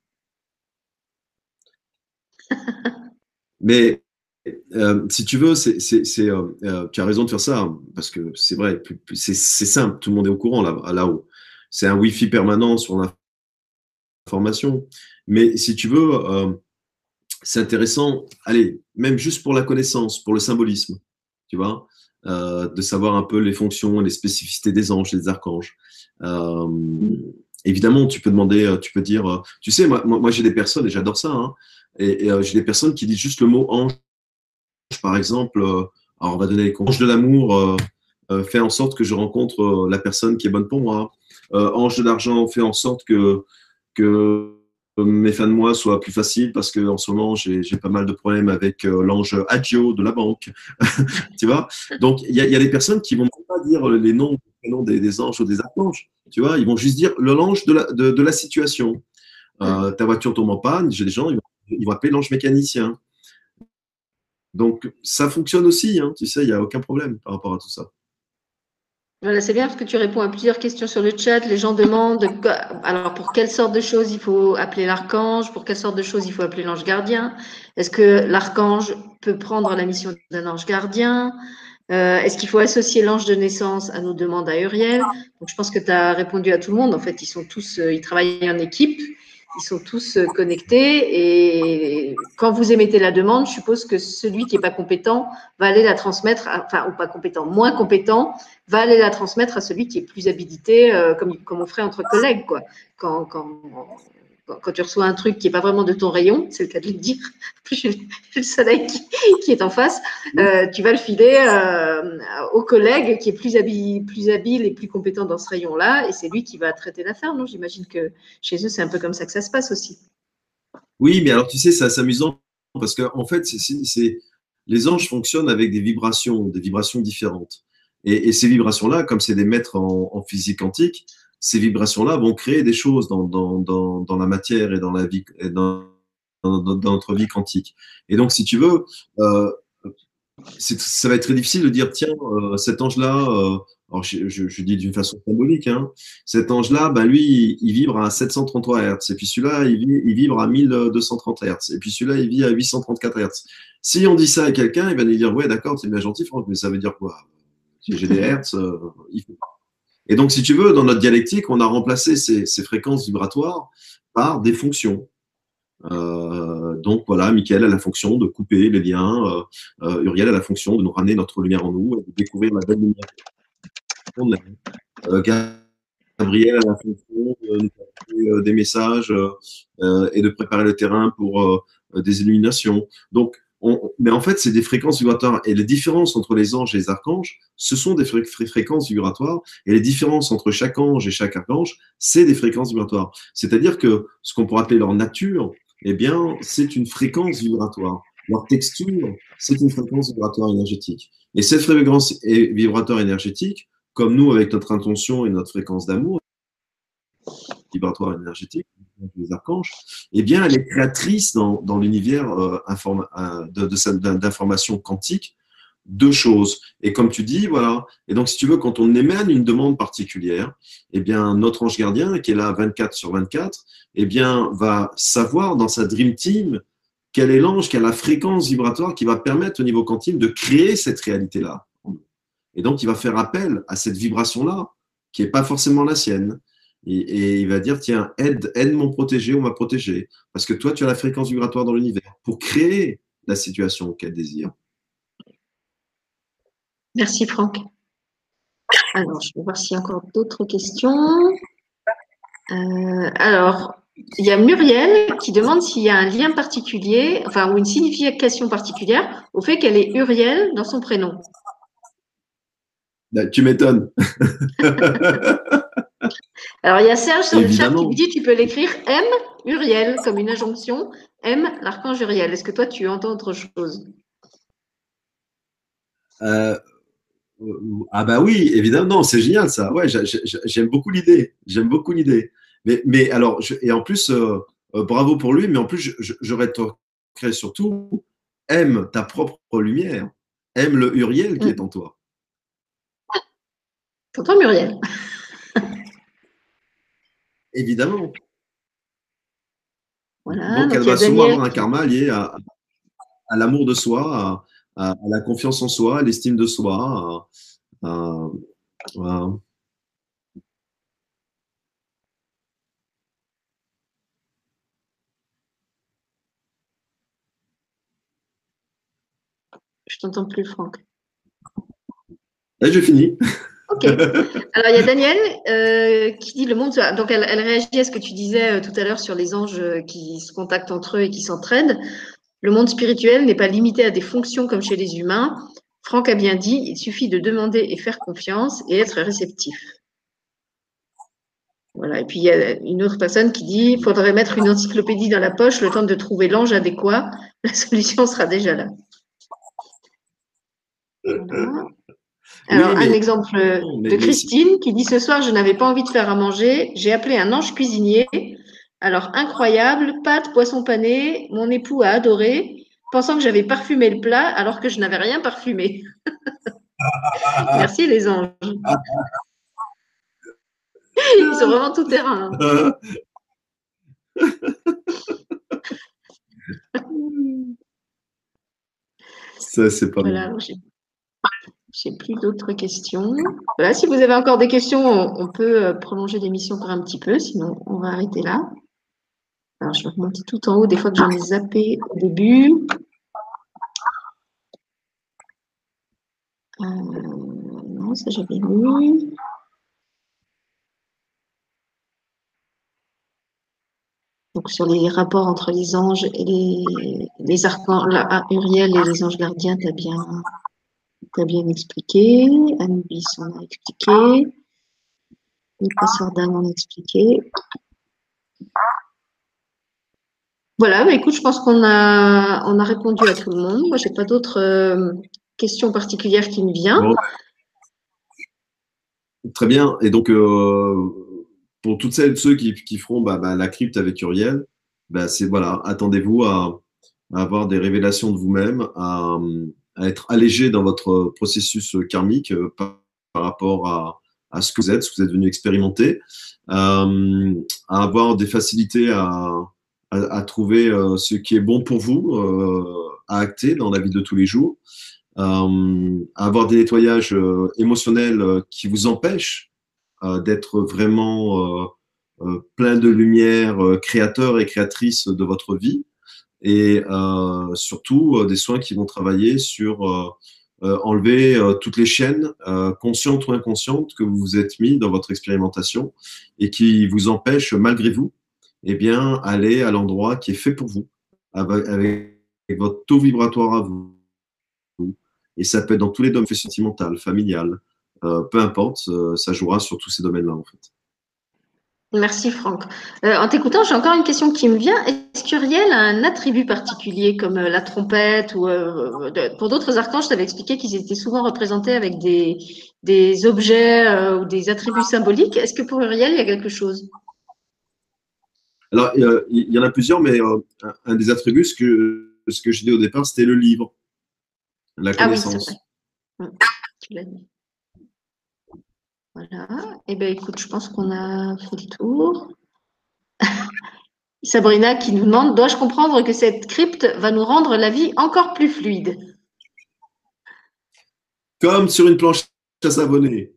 Mais euh, si tu veux, c'est, c'est, c'est, euh, euh, tu as raison de faire ça, hein, parce que c'est vrai, plus- plus- c'est c'est simple, tout le monde est au courant là, là-haut. C'est un Wi-Fi permanent sur l'information. Mais si tu veux, euh, c'est intéressant, allez, même juste pour la connaissance, pour le symbolisme, tu vois, euh, de savoir un peu les fonctions, les spécificités des anges, des archanges. Euh, évidemment, tu peux demander, euh, tu peux dire, euh, tu sais, moi, moi, moi, j'ai des personnes, et j'adore ça, hein, et, et euh, j'ai des personnes qui disent juste le mot ange, par exemple, euh, alors on va donner les ange de l'amour, euh, euh, fait en sorte que je rencontre euh, la personne qui est bonne pour moi. Euh, ange de l'argent, fait en sorte que, que mes fins de mois soient plus faciles parce que en ce moment j'ai j'ai pas mal de problèmes avec euh, l'ange Agio de la banque, tu vois. Donc il y a, y a des personnes qui vont même pas dire les noms, les prénoms des, des anges ou des archanges, tu vois. Ils vont juste dire le l'ange de la, de, de la situation. Euh, ta voiture tombe en panne, j'ai des gens, ils vont, ils vont appeler l'ange mécanicien. Donc ça fonctionne aussi, hein, tu sais, il y a aucun problème par rapport à tout ça. Voilà, c'est bien parce que tu réponds à plusieurs questions sur le chat. Les gens demandent alors pour quelle sorte de choses il faut appeler l'archange, pour quelle sorte de choses il faut appeler l'ange gardien. Est-ce que l'archange peut prendre la mission d'un ange gardien? Euh, est-ce qu'il faut associer l'ange de naissance à nos demandes à Uriel? Donc je pense que tu as répondu à tout le monde. En fait, ils sont tous, euh, ils travaillent en équipe, ils sont tous euh, connectés et quand vous émettez la demande, je suppose que celui qui n'est pas compétent va aller la transmettre, à, enfin ou pas compétent, moins compétent, va aller la transmettre à celui qui est plus habilité, euh, comme, comme on ferait entre collègues, quoi. Quand, quand, quand, quand tu reçois un truc qui n'est pas vraiment de ton rayon, c'est le cas de le dire, j'ai le soleil qui, qui est en face, euh, tu vas le filer euh, au collègue qui est plus habile, plus habile et plus compétent dans ce rayon-là, et c'est lui qui va traiter l'affaire, non? J'imagine que chez eux, c'est un peu comme ça que ça se passe aussi. Oui, mais alors tu sais, c'est assez amusant parce que en fait, c'est, c'est, c'est- les anges fonctionnent avec des vibrations, des vibrations différentes. Et, et ces vibrations-là, comme c'est des maîtres en, en physique quantique, ces vibrations-là vont créer des choses dans, dans, dans, dans la matière et dans la vie, et dans, dans, dans notre vie quantique. Et donc, si tu veux, euh, c'est- ça va être très difficile de dire, tiens, euh, cet ange-là, euh, alors je, je, je dis d'une façon symbolique, hein, cet ange-là, ben lui, il, il vibre à sept cent trente-trois Hertz, et puis celui-là, il, vit- il vibre à mille deux cent trente Hertz, et puis celui-là, il vit à huit cent trente-quatre Hertz. Si on dit ça à quelqu'un, il va lui dire, ouais, d'accord, c'est bien gentil, Franck, mais ça veut dire quoi? Si j'ai des Hertz, euh, il faut pas. Et donc, si tu veux, dans notre dialectique, on a remplacé ces, ces fréquences vibratoires par des fonctions. Euh, donc voilà, Michael a la fonction de couper les liens, euh, euh, Uriel a la fonction de nous ramener notre lumière en nous, et de découvrir la belle lumière. Euh, Gabriel a la fonction de nous passer euh, des messages euh, et de préparer le terrain pour euh, des illuminations. Donc, on, mais en fait, c'est des fréquences vibratoires. Et les différences entre les anges et les archanges, ce sont des fré fré fréquences vibratoires. Et les différences entre chaque ange et chaque archange, c'est des fréquences vibratoires. C'est-à-dire que ce qu'on pourrait appeler leur nature, eh bien, c'est une fréquence vibratoire. Leur texture, c'est une fréquence vibratoire énergétique. Et cette fréquence vibratoire énergétique, comme nous, avec notre intention et notre fréquence d'amour, vibratoire énergétique, les archanges, eh bien, elle est créatrice dans, dans l'univers euh, d'informations quantiques de choses. Et comme tu dis, voilà. Et donc, si tu veux, quand on émane une demande particulière, eh bien, notre ange gardien, qui est là vingt-quatre sur vingt-quatre, eh bien, va savoir dans sa Dream Team quel est l'ange, quelle est la fréquence vibratoire qui va permettre au niveau quantique de créer cette réalité-là. Et donc, il va faire appel à cette vibration-là, qui n'est pas forcément la sienne. Et, et il va dire, tiens, aide, aide mon protégé ou ma protégée. Parce que toi, tu as la fréquence vibratoire dans l'univers pour créer la situation qu'elle désire. Merci, Franck. Alors, je vais voir s'il y a encore d'autres questions. Euh, alors, il y a Muriel qui demande s'il y a un lien particulier, enfin, ou une signification particulière au fait qu'elle est Uriel dans son prénom. Ben, tu m'étonnes. Alors, il y a Serge sur Évidemment. le chat qui me dit tu peux l'écrire M Uriel comme une injonction. M, l'archange Uriel. Est-ce que toi, tu entends autre chose? euh, Ah bah oui, évidemment, c'est génial ça. Ouais, j'aime beaucoup l'idée. J'aime beaucoup l'idée. Mais, mais alors, je, et en plus, euh, euh, bravo pour lui, mais en plus, je, je, je rétorquerai surtout, aime ta propre lumière. Aime le Uriel qui mmh. est en toi. T'entends Muriel? Évidemment. Voilà, donc, donc elle il y a va sûrement Daniel avoir un qui... karma lié à, à l'amour de soi, à, à, la confiance en soi, à l'estime de soi. À, à, à... Je t'entends plus, Franck. Là, j'ai fini. Ok. Alors, il y a Daniel euh, qui dit le monde. Donc, elle, elle réagit à ce que tu disais euh, tout à l'heure sur les anges euh, qui se contactent entre eux et qui s'entraident. Le monde spirituel n'est pas limité à des fonctions comme chez les humains. Franck a bien dit, il suffit de demander et faire confiance et être réceptif. Voilà. Et puis, il y a une autre personne qui dit il faudrait mettre une encyclopédie dans la poche le temps de trouver l'ange adéquat. La solution sera déjà là. Voilà. Alors, oui, mais... un exemple mais, de Christine mais... qui dit ce soir, je n'avais pas envie de faire à manger. J'ai appelé un ange cuisinier. Alors, incroyable, pâtes, poisson pané. Mon époux a adoré, pensant que j'avais parfumé le plat alors que je n'avais rien parfumé. Merci les anges. Ils sont vraiment tout terrain. Ça, c'est pas voilà, bon. J'ai plus d'autres questions. Voilà, si vous avez encore des questions, on, on peut prolonger l'émission pour un petit peu, sinon on va arrêter là. Alors, je vais remonter tout en haut, des fois que j'en ai zappé au début. Euh, non, ça j'avais lu. Donc, sur les rapports entre les anges et les, les archanges, Uriel et les anges gardiens, tu as bien, t'as bien expliqué. Anubis, on a expliqué. Les passeurs d'âme, on a expliqué. Voilà, bah écoute, je pense qu'on a, on a répondu à tout le monde. Moi, je n'ai pas d'autres euh, questions particulières qui me viennent. Bon. Très bien. Et donc, euh, pour toutes celles et ceux qui, qui feront bah, bah, la crypte avec Uriel, bah, c'est voilà, attendez-vous à, à avoir des révélations de vous-même, à, à être allégé dans votre processus karmique euh, par, par rapport à, à ce que vous êtes, ce que vous êtes venu expérimenter, euh, à avoir des facilités à, à, à trouver euh, ce qui est bon pour vous, euh, à acter dans la vie de tous les jours. Euh, avoir des nettoyages euh, émotionnels euh, qui vous empêchent euh, d'être vraiment euh, euh, plein de lumière, euh, créateur et créatrice de votre vie, et euh, surtout euh, des soins qui vont travailler sur euh, euh, enlever euh, toutes les chaînes, euh, conscientes ou inconscientes, que vous vous êtes mis dans votre expérimentation et qui vous empêchent, malgré vous, eh bien, aller à l'endroit qui est fait pour vous, avec, avec votre taux vibratoire à vous. Et ça peut être dans tous les domaines sentimental, familial, euh, peu importe, euh, ça jouera sur tous ces domaines-là, en fait. Merci Franck. Euh, en t'écoutant, j'ai encore une question qui me vient. Est-ce qu'Uriel a un attribut particulier comme euh, la trompette ou euh, de- pour d'autres archanges, je t'avais expliqué qu'ils étaient souvent représentés avec des, des objets euh, ou des attributs symboliques. Est-ce que pour Uriel, il y a quelque chose? Alors, euh, il y en a plusieurs, mais euh, un, un des attributs, ce que, ce que j'ai dit au départ, c'était le livre, la Ah oui, c'est vrai. connaissance. Hum, tu l'as dit. Voilà. Eh bien, écoute, je pense qu'on a fait le tour. Sabrina qui nous demande, dois-je comprendre que cette crypte va nous rendre la vie encore plus fluide? Comme sur une planche à savonner.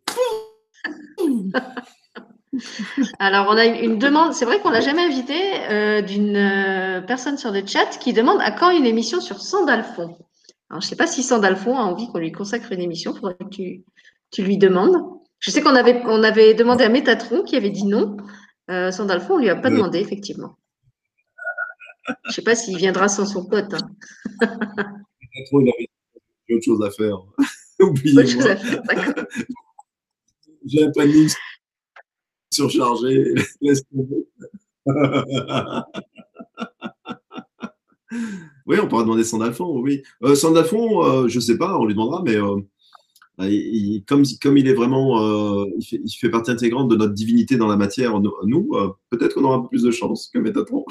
Alors, on a une demande, c'est vrai qu'on l'a jamais invité, euh, d'une euh, personne sur le chat qui demande à quand une émission sur Sandalphon. Alors, je ne sais pas si Sandalphon a envie qu'on lui consacre une émission, il faudrait que tu, tu lui demandes. Je sais qu'on avait, on avait demandé à Métatron qui avait dit non. Euh, Sandalphon, on lui a pas Euh, demandé, effectivement. Je ne sais pas s'il viendra sans son pote. Hein. trop, il avait autre chose à faire. Autre chose à Oubliez-moi. faire, d'accord. J'ai un planning surchargé. Laisse tomber. Oui, on pourra demander Sandalphon, oui. Euh, Sandalphon, euh, je ne sais pas, on lui demandera, mais euh, il, il- comme, comme il est vraiment, euh, il, fait, il fait partie intégrante de notre divinité dans la matière, nous, nous, euh, peut-être qu'on aura un peu plus de chance que Métatron.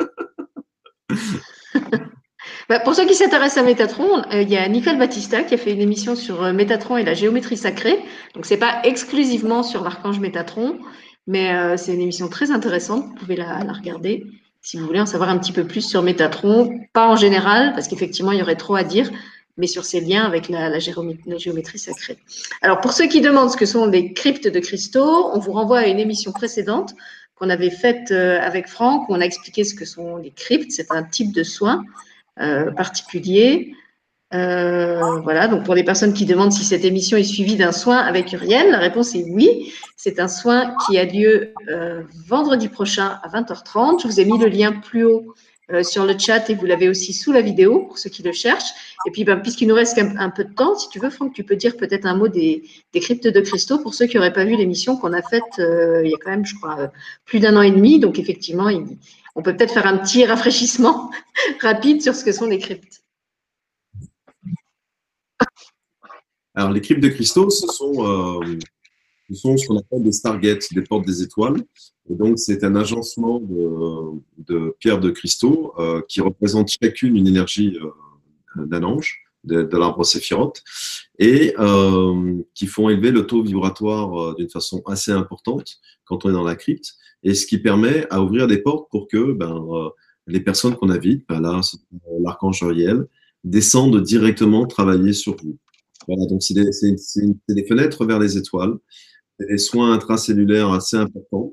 Bah, pour ceux qui s'intéressent à Métatron, euh, il y a Nicole Battista qui a fait une émission sur euh, Métatron et la géométrie sacrée. Donc, c'est pas exclusivement sur l'archange Métatron, mais euh, c'est une émission très intéressante. Vous pouvez la, la regarder si vous voulez en savoir un petit peu plus sur Métatron. Pas en général, parce qu'effectivement, il y aurait trop à dire, mais sur ses liens avec la, la, géométrie, la géométrie sacrée. Alors, pour ceux qui demandent ce que sont des cryptes de cristaux, on vous renvoie à une émission précédente qu'on avait faite euh, avec Franck, où on a expliqué ce que sont les cryptes. C'est un type de soin euh, particulier. Euh, voilà, donc pour les personnes qui demandent si cette émission est suivie d'un soin avec Uriel, la réponse est oui. C'est un soin qui a lieu euh, vendredi prochain à vingt heures trente. Je vous ai mis le lien plus haut euh, sur le chat et vous l'avez aussi sous la vidéo pour ceux qui le cherchent. Et puis, ben, puisqu'il nous reste un, un peu de temps, si tu veux, Franck, tu peux dire peut-être un mot des, des cryptes de cristaux pour ceux qui n'auraient pas vu l'émission qu'on a faite euh, il y a quand même, je crois, euh, plus d'un an et demi. Donc, effectivement, il, on peut peut-être faire un petit rafraîchissement rapide sur ce que sont les cryptes. Alors, les cryptes de cristaux, ce sont, euh, ce sont ce qu'on appelle des stargates, des portes des étoiles. Et donc, c'est un agencement de, de pierres de cristaux euh, qui représentent chacune une énergie euh, d'un ange, de, de l'arbre séphirote, et euh, qui font élever le taux vibratoire euh, d'une façon assez importante quand on est dans la crypte, et ce qui permet à ouvrir des portes pour que ben, euh, les personnes qu'on invite, ben là, l'archange Uriel, descendent directement travailler sur vous. Voilà, donc c'est des, c'est- c'est- c'est des fenêtres vers les étoiles, c'est des soins intracellulaires assez importants,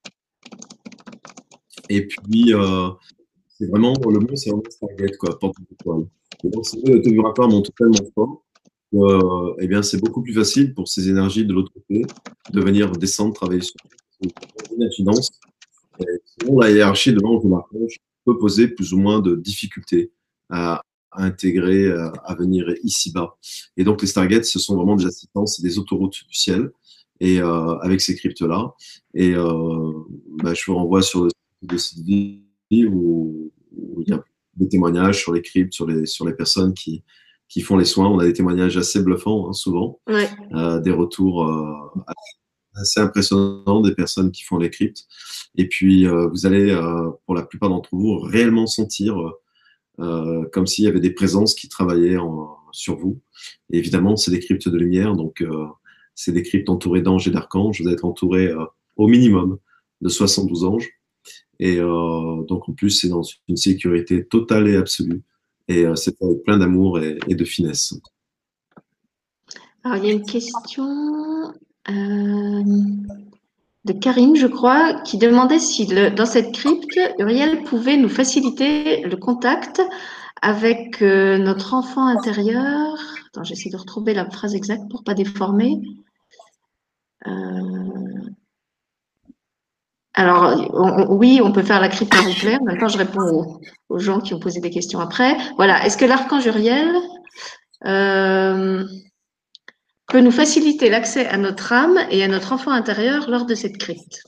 et puis euh, c'est vraiment, le mot, c'est vraiment Stargate, quoi, porte des étoiles. Et donc, c'est le taux vibratoire monte tellement fort que, euh, eh bien, c'est beaucoup plus facile pour ces énergies de l'autre côté de venir descendre, travailler sur une incidence. Et selon la hiérarchie de l'ange ou de l'archange, peut poser plus ou moins de difficultés à, à intégrer, à, à venir ici-bas. Et donc, les Stargates, ce sont vraiment des assistants, c'est des autoroutes du ciel, et euh, avec ces cryptes-là. Et euh, bah, je vous renvoie sur le site de Sylvie où, où il y a des témoignages sur les cryptes, sur les, sur les personnes qui, qui font les soins. On a des témoignages assez bluffants, hein, souvent, Ouais. euh, des retours euh, assez impressionnants des personnes qui font les cryptes. Et puis, euh, vous allez, euh, pour la plupart d'entre vous, réellement sentir euh, comme s'il y avait des présences qui travaillaient en, sur vous. Et évidemment, c'est des cryptes de lumière, donc euh, c'est des cryptes entourées d'anges et d'archanges. Vous êtes entouré euh, au minimum de soixante-douze anges. Et euh, donc, en plus, c'est dans une sécurité totale et absolue. Et euh, c'est avec plein d'amour et, et de finesse. Alors, il y a une question. Euh, de Karim, je crois, qui demandait si le, dans cette crypte, Uriel pouvait nous faciliter le contact avec euh, notre enfant intérieur. Attends, j'essaie de retrouver la phrase exacte pour pas déformer. Euh, alors, on, on, oui, on peut faire la crypte en replay. En même temps, je réponds aux, aux gens qui ont posé des questions après. Voilà. Est-ce que l'archange Uriel euh, peut nous faciliter l'accès à notre âme et à notre enfant intérieur lors de cette crypte?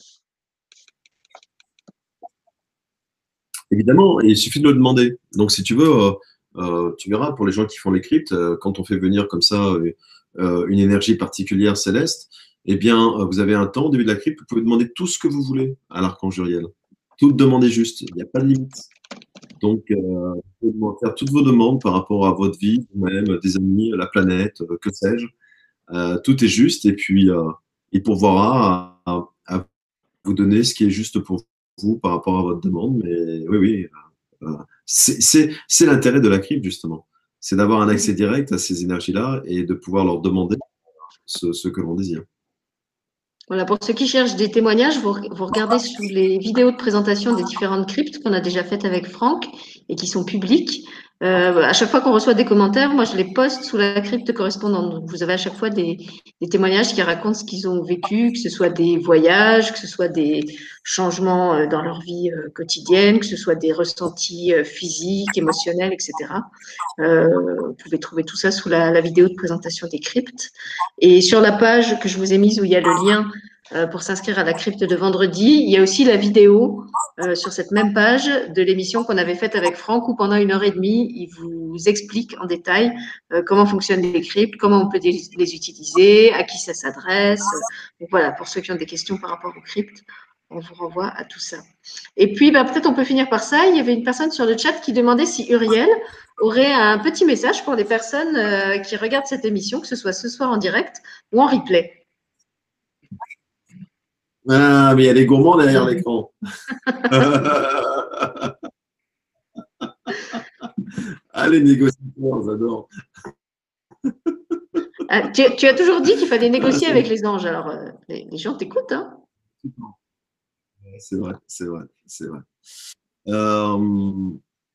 Évidemment, il suffit de le demander. Donc, si tu veux, euh, euh, tu verras pour les gens qui font les cryptes, euh, quand on fait venir comme ça euh, euh, une énergie particulière céleste, eh bien, euh, vous avez un temps au début de la crypte, vous pouvez demander tout ce que vous voulez à l'archange Uriel. Tout demander juste, il n'y a pas de limite. Donc, euh, vous pouvez faire toutes vos demandes par rapport à votre vie, vous-même, des amis, la planète, euh, que sais-je. Euh, tout est juste et puis euh, il pourvoira à, à, à vous donner ce qui est juste pour vous par rapport à votre demande. Mais oui, oui, euh, c'est l'intérêt de la crypte, justement. C'est d'avoir un accès direct à ces énergies-là et de pouvoir leur demander ce, ce que l'on désire. Voilà, pour ceux qui cherchent des témoignages, vous, vous regardez sous les vidéos de présentation des différentes cryptes qu'on a déjà faites avec Franck et qui sont publiques. Euh, à chaque fois qu'on reçoit des commentaires, moi je les poste sous la crypte correspondante. Donc vous avez à chaque fois des, des témoignages qui racontent ce qu'ils ont vécu, que ce soit des voyages, que ce soit des changements dans leur vie quotidienne, que ce soit des ressentis physiques, émotionnels, et cetera. Euh, vous pouvez trouver tout ça sous la, la vidéo de présentation des cryptes. Et sur la page que je vous ai mise où il y a le lien euh, pour s'inscrire à la crypte de vendredi, il y a aussi la vidéo euh, sur cette même page de l'émission qu'on avait faite avec Franck où pendant une heure et demie, il vous explique en détail euh, comment fonctionnent les cryptes, comment on peut les, les utiliser, à qui ça s'adresse. Donc voilà, pour ceux qui ont des questions par rapport aux cryptes, on vous renvoie à tout ça. Et puis, bah, peut-être on peut finir par ça. Il y avait une personne sur le chat qui demandait si Uriel aurait un petit message pour les personnes euh, qui regardent cette émission, que ce soit ce soir en direct ou en replay. Ah, mais il y a des gourmands derrière l'écran. Ah, les négociateurs, j'adore. Ah, tu, tu as toujours dit qu'il fallait négocier ah, avec les anges. Alors, euh, les, les gens t'écoutent, hein? C'est vrai, c'est vrai, c'est vrai. Euh,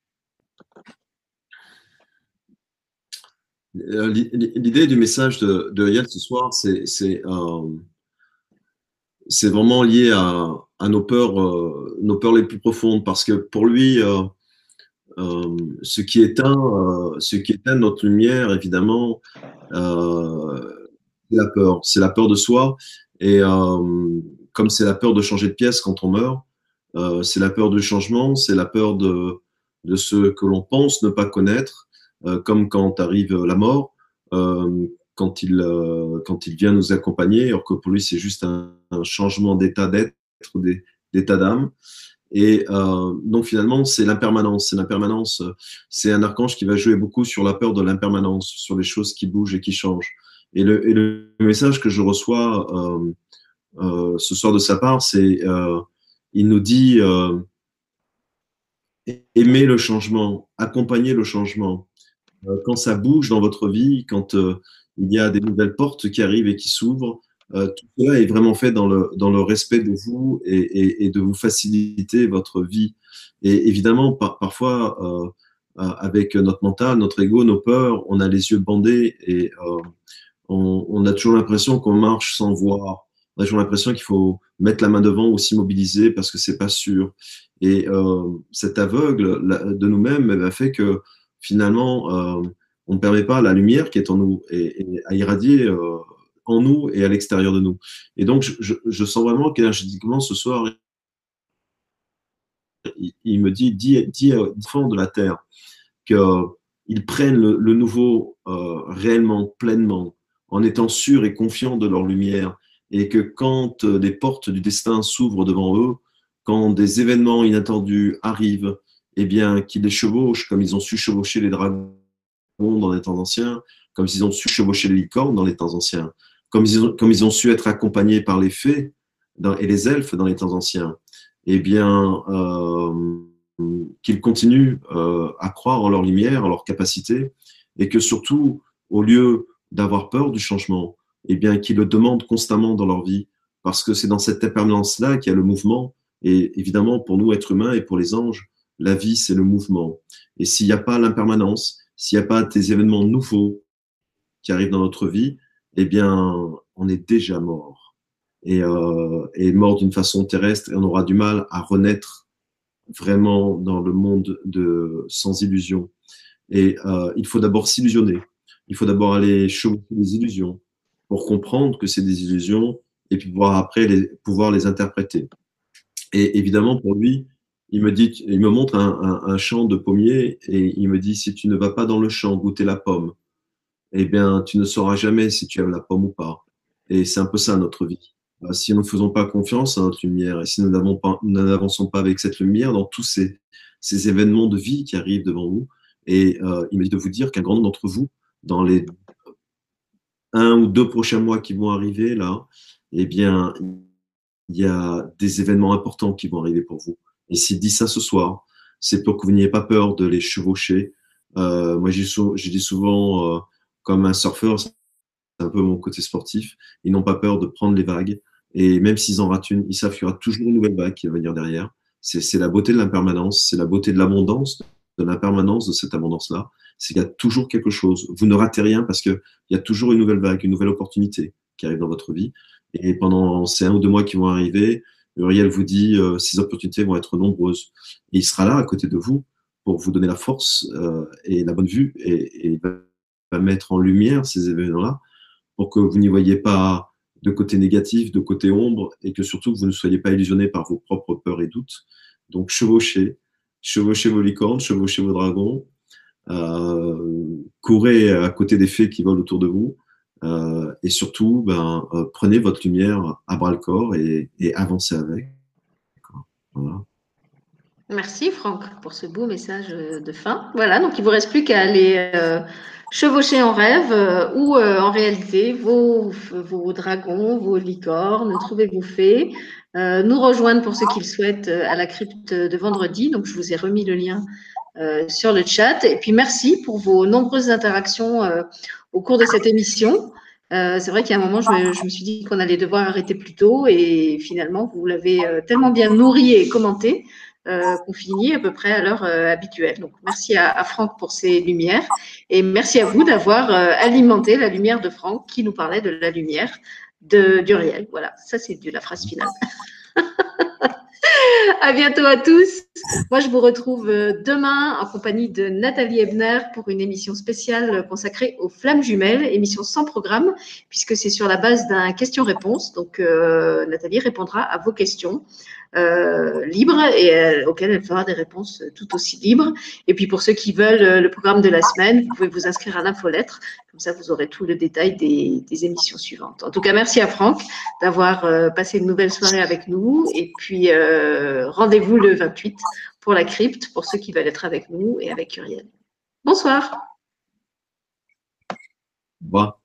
L'idée du message de, de Uriel ce soir, c'est euh, c'est vraiment lié à, à nos peurs, euh, nos peurs les plus profondes, parce que pour lui, euh, euh, ce qui éteint, euh, ce qui éteint notre lumière, évidemment, euh, c'est la peur. C'est la peur de soi, et euh, comme c'est la peur de changer de pièce quand on meurt, euh, c'est la peur du changement, c'est la peur de, de ce que l'on pense ne pas connaître, euh, comme quand arrive la mort. Euh, quand il, euh, quand il vient nous accompagner, alors que pour lui, c'est juste un, un changement d'état d'être, d'état d'âme. Et euh, donc finalement, c'est l'impermanence. C'est l'impermanence. C'est un archange qui va jouer beaucoup sur la peur de l'impermanence, sur les choses qui bougent et qui changent. Et le, et le message que je reçois euh, euh, ce soir de sa part, c'est euh, il nous dit euh, aimer le changement, accompagner le changement. Euh, quand ça bouge dans votre vie, quand euh, il y a des nouvelles portes qui arrivent et qui s'ouvrent, euh, tout cela est vraiment fait dans le, dans le respect de vous et, et, et de vous faciliter votre vie. Et évidemment, par, parfois, euh, avec notre mental, notre ego, nos peurs, on a les yeux bandés et euh, on, on a toujours l'impression qu'on marche sans voir. On a toujours l'impression qu'il faut mettre la main devant ou s'immobiliser parce que c'est pas sûr. Et euh, cet aveugle de nous-mêmes a fait que finalement, euh, on ne permet pas à la lumière qui est en nous et, et à irradier euh, en nous et à l'extérieur de nous. Et donc, je, je, je sens vraiment qu'énergétiquement, ce soir, il, il me dit, dis, dis aux enfants de la Terre qu'ils prennent le, le nouveau euh, réellement, pleinement, en étant sûrs et confiants de leur lumière, et que quand euh, des portes du destin s'ouvrent devant eux, quand des événements inattendus arrivent, eh bien, qu'ils les chevauchent comme ils ont su chevaucher les dragons dans les temps anciens, comme ils ont su chevaucher les licornes dans les temps anciens, comme ils ont, comme ils ont su être accompagnés par les fées dans, et les elfes dans les temps anciens. Eh bien, euh, qu'ils continuent euh, à croire en leur lumière, en leur capacité, et que surtout, au lieu d'avoir peur du changement, eh bien, qu'ils le demandent constamment dans leur vie parce que c'est dans cette impermanence-là qu'il y a le mouvement. Et évidemment, pour nous, êtres humains, et pour les anges, la vie, c'est le mouvement. Et s'il n'y a pas l'impermanence, s'il n'y a pas des événements nouveaux qui arrivent dans notre vie, eh bien, on est déjà mort. Et, euh, et mort d'une façon terrestre, et on aura du mal à renaître vraiment dans le monde de, sans illusion. Et euh, il faut d'abord s'illusionner. Il faut d'abord aller chevaucher les illusions pour comprendre que c'est des illusions et puis pouvoir après les, pouvoir les interpréter. Et évidemment, pour lui, il me dit, il me montre un, un, un champ de pommiers et il me dit, si tu ne vas pas dans le champ goûter la pomme, eh bien, tu ne sauras jamais si tu aimes la pomme ou pas. Et c'est un peu ça notre vie. Si nous ne faisons pas confiance à notre lumière et si nous n'avons pas, nous n'avançons pas avec cette lumière dans tous ces, ces événements de vie qui arrivent devant nous, et euh, il me dit de vous dire qu'un grand nombre d'entre vous, dans les un ou deux prochains mois qui vont arriver là, eh bien, il y a des événements importants qui vont arriver pour vous. Et s'il dit ça ce soir, c'est pour que vous n'ayez pas peur de les chevaucher. Euh, moi, j'ai dis souvent, euh, comme un surfeur, c'est un peu mon côté sportif, ils n'ont pas peur de prendre les vagues. Et même s'ils en ratent une, ils savent qu'il y aura toujours une nouvelle vague qui va venir derrière. C'est la beauté de l'impermanence, c'est la beauté de l'abondance, de l'impermanence de cette abondance-là. C'est qu'il y a toujours quelque chose. Vous ne ratez rien parce qu'il y a toujours une nouvelle vague, une nouvelle opportunité qui arrive dans votre vie. Et pendant ces un ou deux mois qui vont arriver, Uriel vous dit euh, ces opportunités vont être nombreuses. Et il sera là à côté de vous pour vous donner la force euh, et la bonne vue et, et il va mettre en lumière ces événements-là pour que vous n'y voyez pas de côté négatif, de côté ombre et que surtout que vous ne soyez pas illusionné par vos propres peurs et doutes. Donc chevauchez, chevauchez vos licornes, chevauchez vos dragons, euh, courez à côté des fées qui volent autour de vous. Euh, et surtout, ben, euh, prenez votre lumière à bras le corps et, et avancez avec. Voilà. Merci Franck pour ce beau message de fin. Voilà, donc il ne vous reste plus qu'à aller euh, chevaucher en rêve euh, ou euh, en réalité vos, vos dragons, vos licornes, trouvez vos fées, euh, nous rejoindre pour ceux qui le souhaitent à la crypte de vendredi. Donc je vous ai remis le lien euh, sur le chat. Et puis merci pour vos nombreuses interactions euh, au cours de cette émission. Euh, c'est vrai qu'à un moment, je me, je me suis dit qu'on allait devoir arrêter plus tôt et finalement, vous l'avez euh, tellement bien nourri et commenté euh, qu'on finit à peu près à l'heure euh, habituelle. Donc, merci à, à Franck pour ses lumières et merci à vous d'avoir euh, alimenté la lumière de Franck qui nous parlait de la lumière de d'Uriel. Voilà, ça c'est de la phrase finale. À bientôt à tous. Moi, je vous retrouve demain en compagnie de Nathalie Ebner pour une émission spéciale consacrée aux flammes jumelles, émission sans programme, puisque c'est sur la base d'un question-réponse. Donc, euh, Nathalie répondra à vos questions euh, libres et euh, auxquelles elle fera des réponses tout aussi libres. Et puis, pour ceux qui veulent le programme de la semaine, vous pouvez vous inscrire à l'infolettre. Comme ça, vous aurez tout le détail des, des émissions suivantes. En tout cas, merci à Franck d'avoir euh, passé une nouvelle soirée avec nous. Et puis, euh, rendez-vous le vingt-huit pour la crypte, pour ceux qui veulent être avec nous et avec Uriel. Bonsoir. Au revoir.